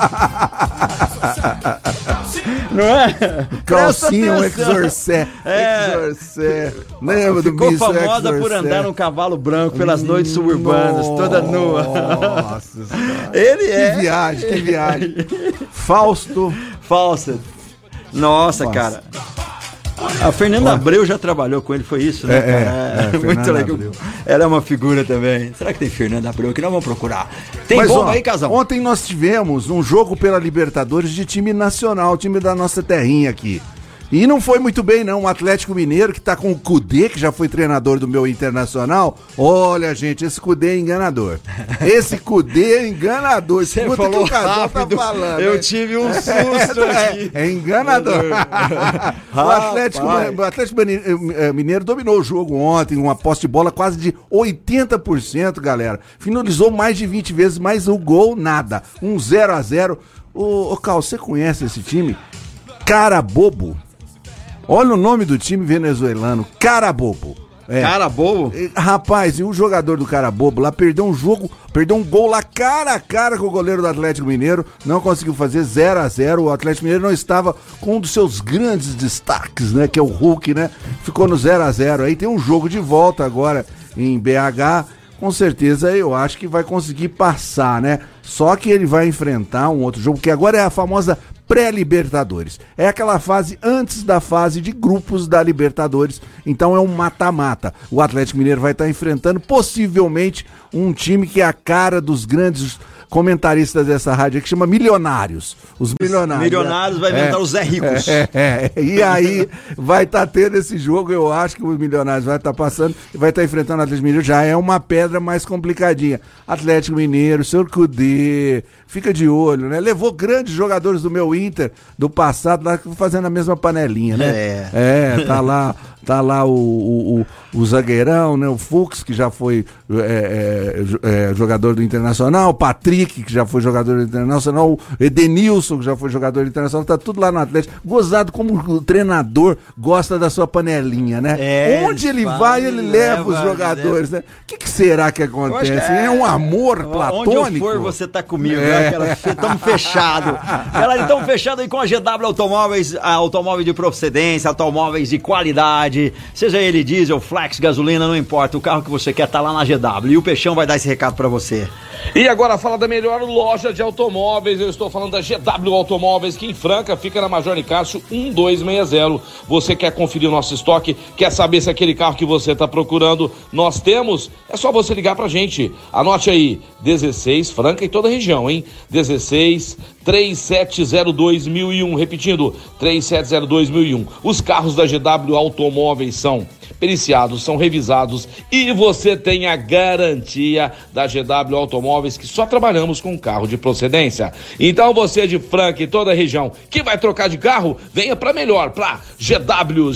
S3: Não é?
S4: Calcinha, um exorcé. Exorcé. Lembra do
S3: Ficou famosa exorcé por andar num cavalo branco pelas noites suburbanas, toda nua.
S4: Nossa.
S3: Ele
S4: que viagem, que viagem. Fausto.
S3: Nossa, cara. A Fernanda Abreu já trabalhou com ele, foi isso, né? Muito legal. Abreu. Ela é uma figura também. Será que tem Fernanda Abreu? Que nós vamos procurar. Tem bomba aí, Casão?
S4: Ontem nós tivemos um jogo pela Libertadores de time nacional, time da nossa terrinha aqui. E não foi muito bem, não. O Atlético Mineiro, que tá com o Cudê, que já foi treinador do meu Internacional. Olha, gente, esse Cudê é enganador. Esse Cudê é enganador.
S3: Você falou
S4: que o Casal
S3: rápido,
S4: tá falando.
S3: Eu tive um susto aqui.
S4: É enganador. O Atlético Mineiro dominou o jogo ontem, uma posse de bola quase de 80%, galera. Finalizou mais de 20 vezes, mas o gol, nada. 0-0. Ô, Cal, você conhece esse time? Carabobo. Olha o nome do time venezuelano, Carabobo.
S3: Carabobo?
S4: Rapaz, e o jogador do Carabobo lá perdeu um gol lá cara a cara com o goleiro do Atlético Mineiro, não conseguiu fazer 0-0. O Atlético Mineiro não estava com um dos seus grandes destaques, né, que é o Hulk, né? Ficou no 0-0. Aí tem um jogo de volta agora em BH. Com certeza eu acho que vai conseguir passar, né? Só que ele vai enfrentar um outro jogo, que agora é a famosa pré-Libertadores. É aquela fase antes da fase de grupos da Libertadores. Então é um mata-mata. O Atlético Mineiro vai estar enfrentando possivelmente um time que é a cara dos grandes comentaristas dessa rádio aqui, que chama Milionários. Os Milionários.
S3: Milionários vai inventar os Zé Ricos.
S4: E aí vai estar tendo esse jogo, eu acho que os Milionários vai estar passando e vai estar enfrentando o Atlético Mineiro. Já é uma pedra mais complicadinha. Atlético Mineiro, senhor Cudê, fica de olho, né? Levou grandes jogadores do meu Inter do passado lá fazendo a mesma panelinha, né? Tá lá o zagueirão, né? O Fux, que já foi jogador do Internacional, o Patrick, que já foi jogador do Internacional, o Edenilson, que já foi jogador do Internacional, tá tudo lá no Atlético. Gozado como o treinador gosta da sua panelinha, né? Onde ele vai, ele leva os jogadores, né? O que será que acontece? É um amor platônico?
S3: Onde eu for, você tá comigo, estamos fechados. Galera, estamos fechados aí com a GW Automóveis, automóvel de procedência, automóveis de qualidade, seja ele diesel, flex, gasolina, não importa, o carro que você quer tá lá na GW, e o Peixão vai dar esse recado pra você.
S6: E agora fala da melhor loja de automóveis, eu estou falando da GW Automóveis, que em Franca fica na Major Nicásio 1260. Você quer conferir o nosso estoque, quer saber se aquele carro que você está procurando nós temos? É só você ligar pra gente. Anote aí, 16, Franca e toda a região, hein? 16 3702.001, repetindo, 3702.001. Os carros da GW Automóveis são periciados, são revisados e você tem a garantia da GW Automóveis, que só trabalhamos com carro de procedência. Então você de Franca e toda a região que vai trocar de carro, venha pra melhor, pra GW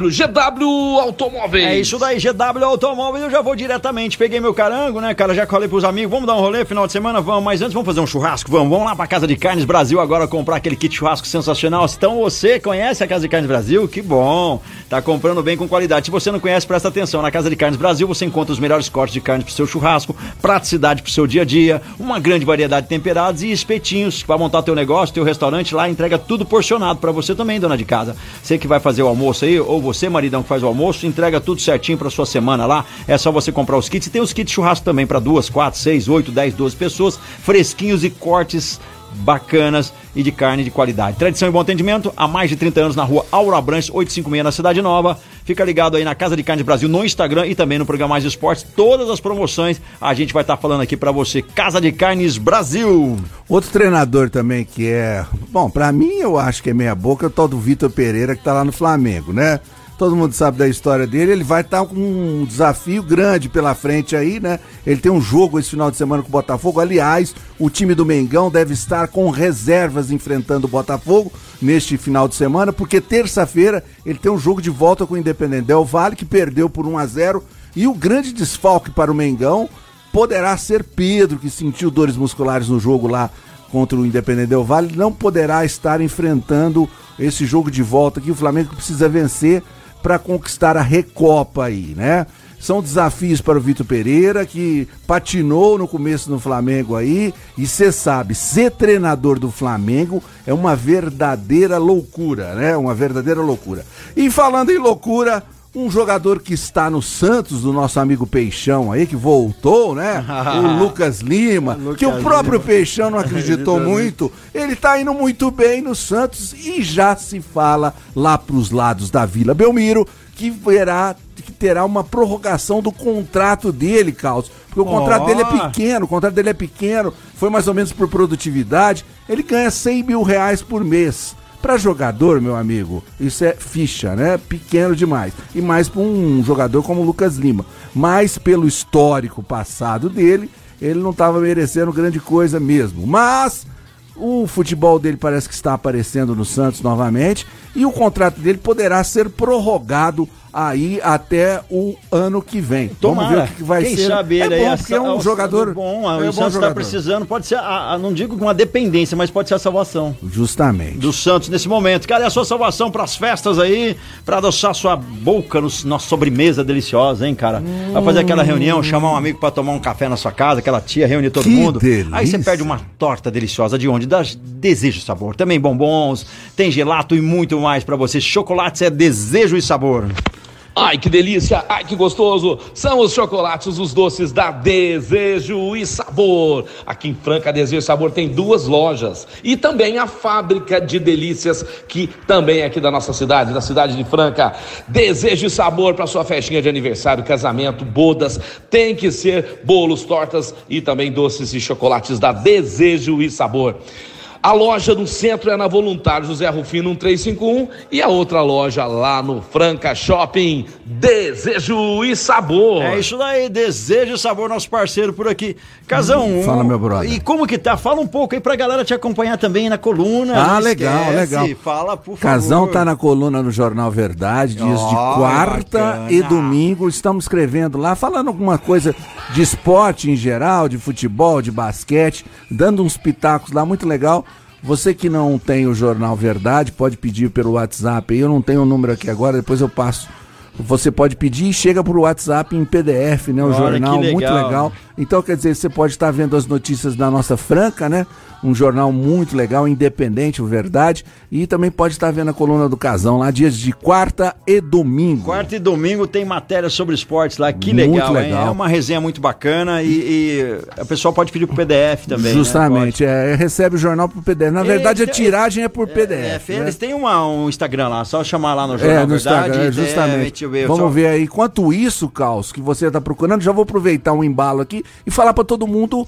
S6: Automóveis.
S3: É isso daí, GW Automóveis. Eu já vou diretamente, peguei meu carango, né, cara, já colei pros amigos, vamos dar um rolê final de semana, vamos, mas antes vamos fazer um churrasco, vamos lá pra Casa de Carnes Brasil agora comprar aquele kit churrasco sensacional. Então você conhece a Casa de Carnes Brasil? Que bom, tá comprando bem com qualidade. Se você não conhece, presta atenção, na Casa de Carnes Brasil você encontra os melhores cortes de carne pro seu churrasco, praticidade pro seu dia a dia, uma grande variedade de temperados e espetinhos para montar teu negócio, teu restaurante lá, entrega tudo porcionado para você também, dona de casa. Você que vai fazer o almoço aí, ou você, maridão, que faz o almoço, entrega tudo certinho pra sua semana lá, é só você comprar os kits, e tem os kits churrasco também para 2, 4, 6, 8, 10, 12 pessoas, fresquinhos e cortes bacanas e de carne de qualidade. Tradição e bom atendimento há mais de 30 anos na rua Aura Branches 856 na Cidade Nova. Fica ligado aí na Casa de Carnes Brasil no Instagram e também no programa Mais Esportes. Todas as promoções a gente vai estar falando aqui pra você. Casa de Carnes Brasil.
S4: Outro treinador também que é, bom, pra mim eu acho que é meia boca, é o tal do Vitor Pereira, que tá lá no Flamengo, né? Todo mundo sabe da história dele, ele vai estar com um desafio grande pela frente aí, né? Ele tem um jogo esse final de semana com o Botafogo. Aliás, o time do Mengão deve estar com reservas enfrentando o Botafogo neste final de semana, porque terça-feira ele tem um jogo de volta com o Independente Del Valle, que perdeu por 1-0, e o grande desfalque para o Mengão poderá ser Pedro, que sentiu dores musculares no jogo lá contra o Independente Del Valle, não poderá estar enfrentando esse jogo de volta aqui. O Flamengo precisa vencer para conquistar a Recopa aí, né? São desafios para o Vitor Pereira, que patinou no começo no Flamengo aí, e você sabe, ser treinador do Flamengo é uma verdadeira loucura, né? Uma verdadeira loucura. E falando em loucura, um jogador que está no Santos, do nosso amigo Peixão aí, que voltou, né? O Lucas Lima, que o próprio Peixão não acreditou muito. Ele tá indo muito bem no Santos e já se fala lá pros lados da Vila Belmiro que terá uma prorrogação do contrato dele, Carlos. Porque o contrato dele é pequeno, foi mais ou menos por produtividade. Ele ganha R$100 mil por mês. Pra jogador, meu amigo, isso é ficha, né? Pequeno demais. E mais pra um jogador como o Lucas Lima. Mas pelo histórico passado dele, ele não estava merecendo grande coisa mesmo. Mas o futebol dele parece que está aparecendo no Santos novamente e o contrato dele poderá ser prorrogado aí até o ano que vem.
S9: Tomara.
S4: Vamos ver o que vai
S9: Quem
S4: ser.
S9: sabe ele
S4: bom,
S9: aí,
S4: porque é um jogador
S9: bom. O Santos está precisando, pode ser, não digo uma dependência, mas pode ser a salvação.
S4: Justamente.
S9: Do Santos nesse momento. Cara, é a sua salvação para as festas aí, para adoçar sua boca nossa sobremesa deliciosa, hein, cara? Vai fazer aquela reunião, chamar um amigo para tomar um café na sua casa, aquela tia reúne todo mundo.
S4: Delícia.
S9: Aí você pede uma torta deliciosa de onde? Das Desejo e Sabor. Também bombons, tem gelato e muito mais para você. Chocolates é Desejo e Sabor.
S6: Ai, que delícia, ai, que gostoso. São os chocolates, os doces da Desejo e Sabor. Aqui em Franca, a Desejo e Sabor tem 2 lojas. E também a Fábrica de Delícias, que também é aqui da nossa cidade, da cidade de Franca. Desejo e Sabor para sua festinha de aniversário, casamento, bodas. Tem que ser bolos, tortas e também doces e chocolates da Desejo e Sabor. A loja no centro é na Voluntário José Rufino 1351 e a outra loja lá no Franca Shopping, Desejo e Sabor.
S9: É isso daí, Desejo e Sabor, nosso parceiro por aqui. Casão,
S4: fala, meu brother.
S9: E como que tá? Fala um pouco aí pra galera te acompanhar também na coluna.
S4: Ah, legal, legal.
S9: Fala, por favor.
S4: Casão tá na coluna no Jornal Verdade, dias de quarta
S9: bacana.
S4: E domingo. Estamos escrevendo lá, falando alguma coisa de esporte em geral, de futebol, de basquete, dando uns pitacos lá, muito legal. Você que não tem o Jornal Verdade, pode pedir pelo WhatsApp. Eu não tenho o número aqui agora, depois eu passo. Você pode pedir e chega por WhatsApp em PDF, né? O jornal, muito legal. Então, quer dizer, você pode estar vendo as notícias da nossa Franca, né? Um jornal muito legal, independente, o Verdade. E também pode estar vendo a coluna do Casão lá, dias de quarta e domingo.
S9: Quarta e domingo tem matéria sobre esportes lá, que legal,
S4: muito legal.
S9: Hein? É uma resenha muito bacana e a pessoa pode pedir pro PDF também.
S4: Justamente,
S9: né?
S4: Recebe o jornal pro PDF. Na verdade, a tiragem é por PDF.
S9: Eles têm um Instagram lá, só chamar lá no Jornal
S4: no
S9: Verdade.
S4: Instagram, justamente. Vamos ver aí. Enquanto isso, Caos, que você tá procurando, já vou aproveitar um embalo aqui e falar para todo mundo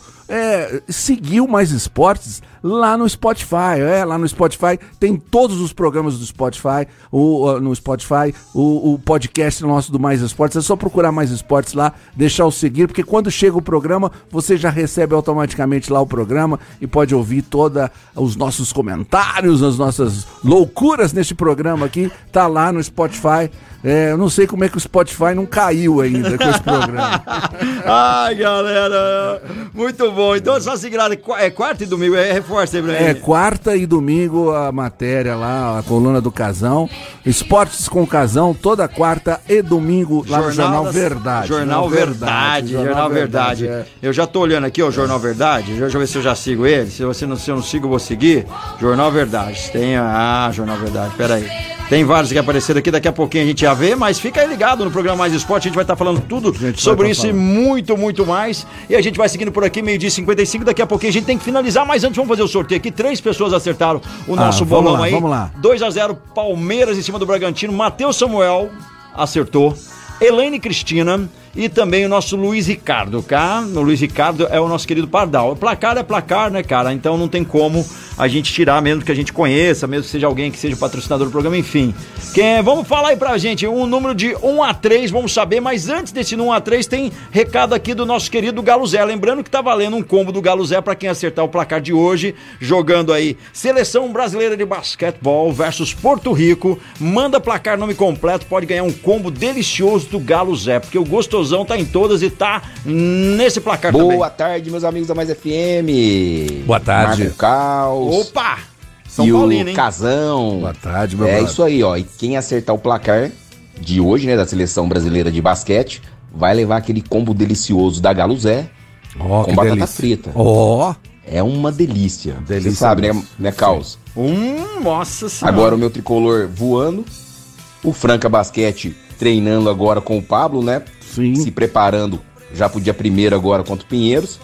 S4: seguir o Mais Esportes lá no Spotify. Lá no Spotify tem todos os programas do Spotify, no Spotify, o podcast nosso do Mais Esportes. É só procurar Mais Esportes lá, deixar o seguir, porque quando chega o programa, você já recebe automaticamente lá o programa e pode ouvir todos os nossos comentários, as nossas loucuras neste programa aqui, tá lá no Spotify. Eu não sei como é que o Spotify não caiu ainda com esse programa.
S9: Ai, galera, muito bom. Então é só seguir lá, é quarta e domingo, reforça aí pra mim.
S4: Quarta e domingo a matéria lá, a coluna do Casão. Esportes com Casão, toda quarta e domingo lá no Jornal Verdade.
S9: Jornal Verdade. Eu já tô olhando aqui, ó, o Jornal Verdade. Deixa eu ver se eu já sigo ele. Se eu não sigo, eu vou seguir. Jornal Verdade. Tem Jornal Verdade, peraí. Tem vários que apareceram aqui, daqui a pouquinho a gente já vê, mas fica aí ligado no programa Mais Esporte, a gente vai estar falando tudo sobre isso e muito, muito mais. E a gente vai seguindo por aqui, 12h55, daqui a pouquinho a gente tem que finalizar, mas antes vamos fazer o sorteio aqui. 3 pessoas acertaram o nosso bolão aí.
S4: Vamos lá.
S9: 2-0, Palmeiras em cima do Bragantino, Matheus Samuel acertou, Elaine Cristina e também o nosso Luiz Ricardo, tá? O Luiz Ricardo é o nosso querido Pardal. O placar é placar, né, cara? Então não tem como a gente tirar, mesmo que a gente conheça, mesmo que seja alguém que seja patrocinador do programa, enfim. Vamos falar aí pra gente um número de 1-3, vamos saber, mas antes desse 1-3 tem recado aqui do nosso querido Galo Zé. Lembrando que tá valendo um combo do Galo Zé pra quem acertar o placar de hoje, jogando aí Seleção Brasileira de Basquetebol versus Porto Rico. Manda placar, nome completo, pode ganhar um combo delicioso do Galo Zé, porque o gostosão tá em todas e tá nesse placar também.
S10: Boa tarde, meus amigos da Mais FM.
S4: Boa tarde.
S10: Marco Caos.
S9: Opa! São
S10: e
S9: Paulino,
S10: o
S9: hein?
S10: Casão.
S4: Boa tarde, meu brother.
S10: Isso aí, ó. E quem acertar o placar de hoje, né, da Seleção Brasileira de Basquete, vai levar aquele combo delicioso da Galo Zé com batata frita. É uma delícia. Você sabe, né, Caos?
S9: Nossa senhora.
S10: Agora o meu tricolor voando. O Franca Basquete treinando agora com o Pablo, né?
S4: Sim.
S10: Se preparando já pro dia 1º agora contra o Pinheiros.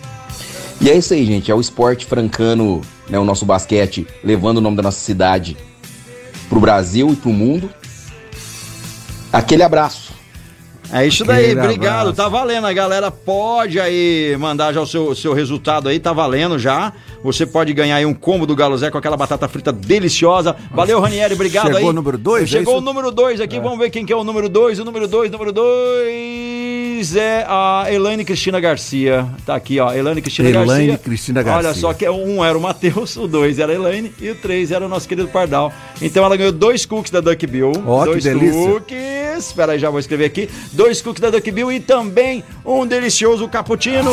S10: E é isso aí, gente. É o esporte francano, né? O nosso basquete levando o nome da nossa cidade pro Brasil e pro mundo. Aquele abraço.
S9: É isso daí, obrigado, tá valendo, a galera pode aí mandar já o seu resultado aí, tá valendo já, você pode ganhar aí um combo do Galo Zé com aquela batata frita deliciosa, valeu Ranieri, obrigado aí.
S4: Chegou o número 2?
S9: Chegou o número 2 aqui, vamos ver quem que é o número 2, o número 2 é a Elaine Cristina Garcia, tá aqui ó, Elaine Cristina Garcia. Olha só, que um era o Matheus, o 2 era a Elaine e o 3 era o nosso querido Pardal, então ela ganhou 2 cookies da Duck Bill,
S4: ó, que delícia.
S9: Cookies, espera aí, já vou escrever aqui, 2 cookies da Duck Bill e também um delicioso cappuccino.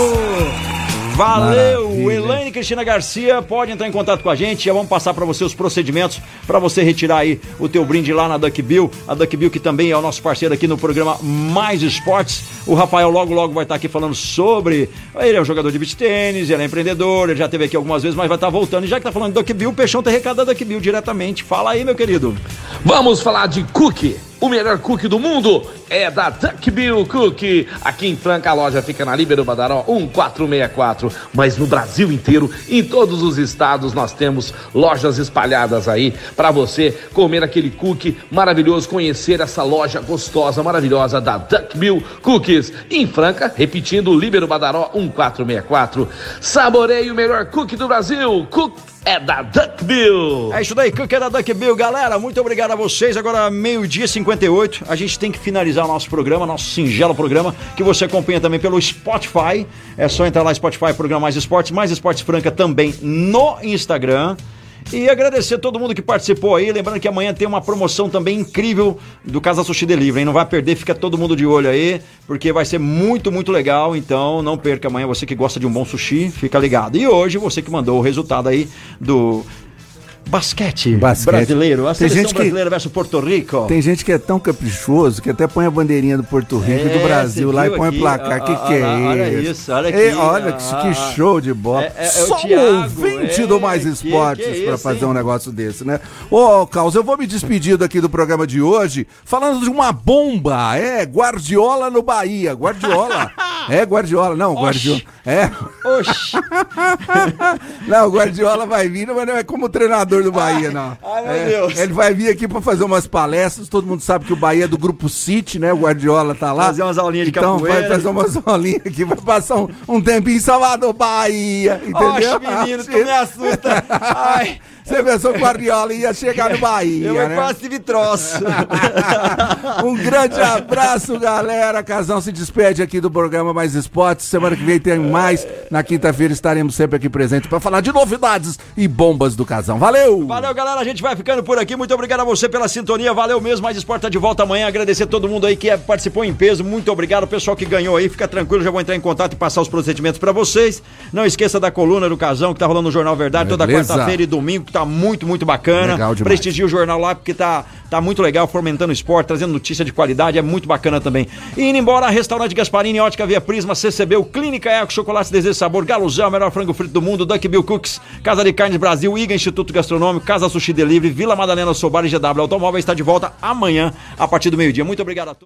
S9: Valeu, maravilha. Elaine Cristina Garcia, pode entrar em contato com a gente, já vamos passar para você os procedimentos para você retirar aí o teu brinde lá na Duck Bill, a Duck Bill que também é o nosso parceiro aqui no programa Mais Esportes. O Rafael logo vai estar aqui falando sobre, ele é um jogador de beach tênis, ele é empreendedor, ele já esteve aqui algumas vezes, mas vai estar voltando, e já que tá falando de Duck Bill, o Peixão tem recado da Duck Bill diretamente, fala aí meu querido.
S6: Vamos falar de cookie. O melhor cookie do mundo é da Duck Bill Cookie. Aqui em Franca a loja fica na Líbero Badaró 1464. Mas no Brasil inteiro, em todos os estados, nós temos lojas espalhadas aí para você comer aquele cookie maravilhoso, conhecer essa loja gostosa, maravilhosa da Duck Bill Cookies. Em Franca, repetindo, Líbero Badaró 1464. Saboreie o melhor cookie do Brasil. É da Duck Bill.
S9: É isso daí, cookie é da Duck Bill. Galera, muito obrigado a vocês. Agora, 12:58, a gente tem que finalizar o nosso programa, nosso singelo programa, que você acompanha também pelo Spotify. É só entrar lá, Spotify, programa Mais Esportes Franca também no Instagram. E agradecer a todo mundo que participou aí, lembrando que amanhã tem uma promoção também incrível do Casa Sushi Delivery, hein? Não vai perder, fica todo mundo de olho aí, porque vai ser muito, muito legal, então não perca amanhã, você que gosta de um bom sushi, fica ligado. E hoje, você que mandou o resultado aí do basquete brasileiro, a seleção brasileira versus Porto Rico.
S4: Tem gente que é tão caprichoso que até põe a bandeirinha do Porto Rico e do Brasil lá e põe aqui, placar. Que é
S9: olha
S4: isso?
S9: Olha aqui.
S4: Olha que show de bola. Só um ouvinte do Mais Esportes pra fazer um negócio desse, né? Ô, Carlos, eu vou me despedir aqui do programa de hoje falando de uma bomba. Guardiola no Bahia. Guardiola. Guardiola. Não, Guardiola.
S9: Oxi.
S4: Não, o Guardiola vai vir, mas não é como treinador do Bahia, não.
S9: Ai, meu Deus.
S4: Ele vai vir aqui pra fazer umas palestras, todo mundo sabe que o Bahia é do Grupo City, né? O Guardiola tá lá.
S9: Fazer umas aulinhas de
S4: capoeira.
S9: Então
S4: vai fazer umas aulinhas aqui, vai passar um tempinho em Salvador, Bahia, entendeu?
S9: Oxe, menino, tu me assusta. Ai.
S4: Você pensou que o Guardiola ia chegar no Bahia,
S9: né? Quase tive troço.
S4: Um grande abraço, galera. Casão se despede aqui do programa Mais Esportes. Semana que vem tem mais. Na quinta-feira estaremos sempre aqui presentes para falar de novidades e bombas do Casão. Valeu!
S9: Valeu, galera. A gente vai ficando por aqui. Muito obrigado a você pela sintonia. Valeu mesmo. Mais Esporte tá de volta amanhã. Agradecer todo mundo aí que participou em peso. Muito obrigado. O pessoal que ganhou aí. Fica tranquilo. Já vou entrar em contato e passar os procedimentos para vocês. Não esqueça da coluna do Casão que tá rolando no Jornal Verdade toda quarta-feira e domingo. Tá muito, muito bacana.
S4: Legal demais.
S9: Prestigie o jornal lá porque tá muito legal, fomentando o esporte, trazendo notícia de qualidade, é muito bacana também. E indo embora, Restaurante Gasparini, Ótica Via Prisma, CCB, Clínica Eco, Chocolate Desejo Sabor, Galo Zé, o melhor frango frito do mundo, Duck Bill Cookies, Casa de Carnes Brasil, IGA Instituto Gastronômico, Casa Sushi Delivery, Vila Madalena Sobar e GW Automóvel está de volta amanhã, a partir do meio-dia. Muito obrigado a todos.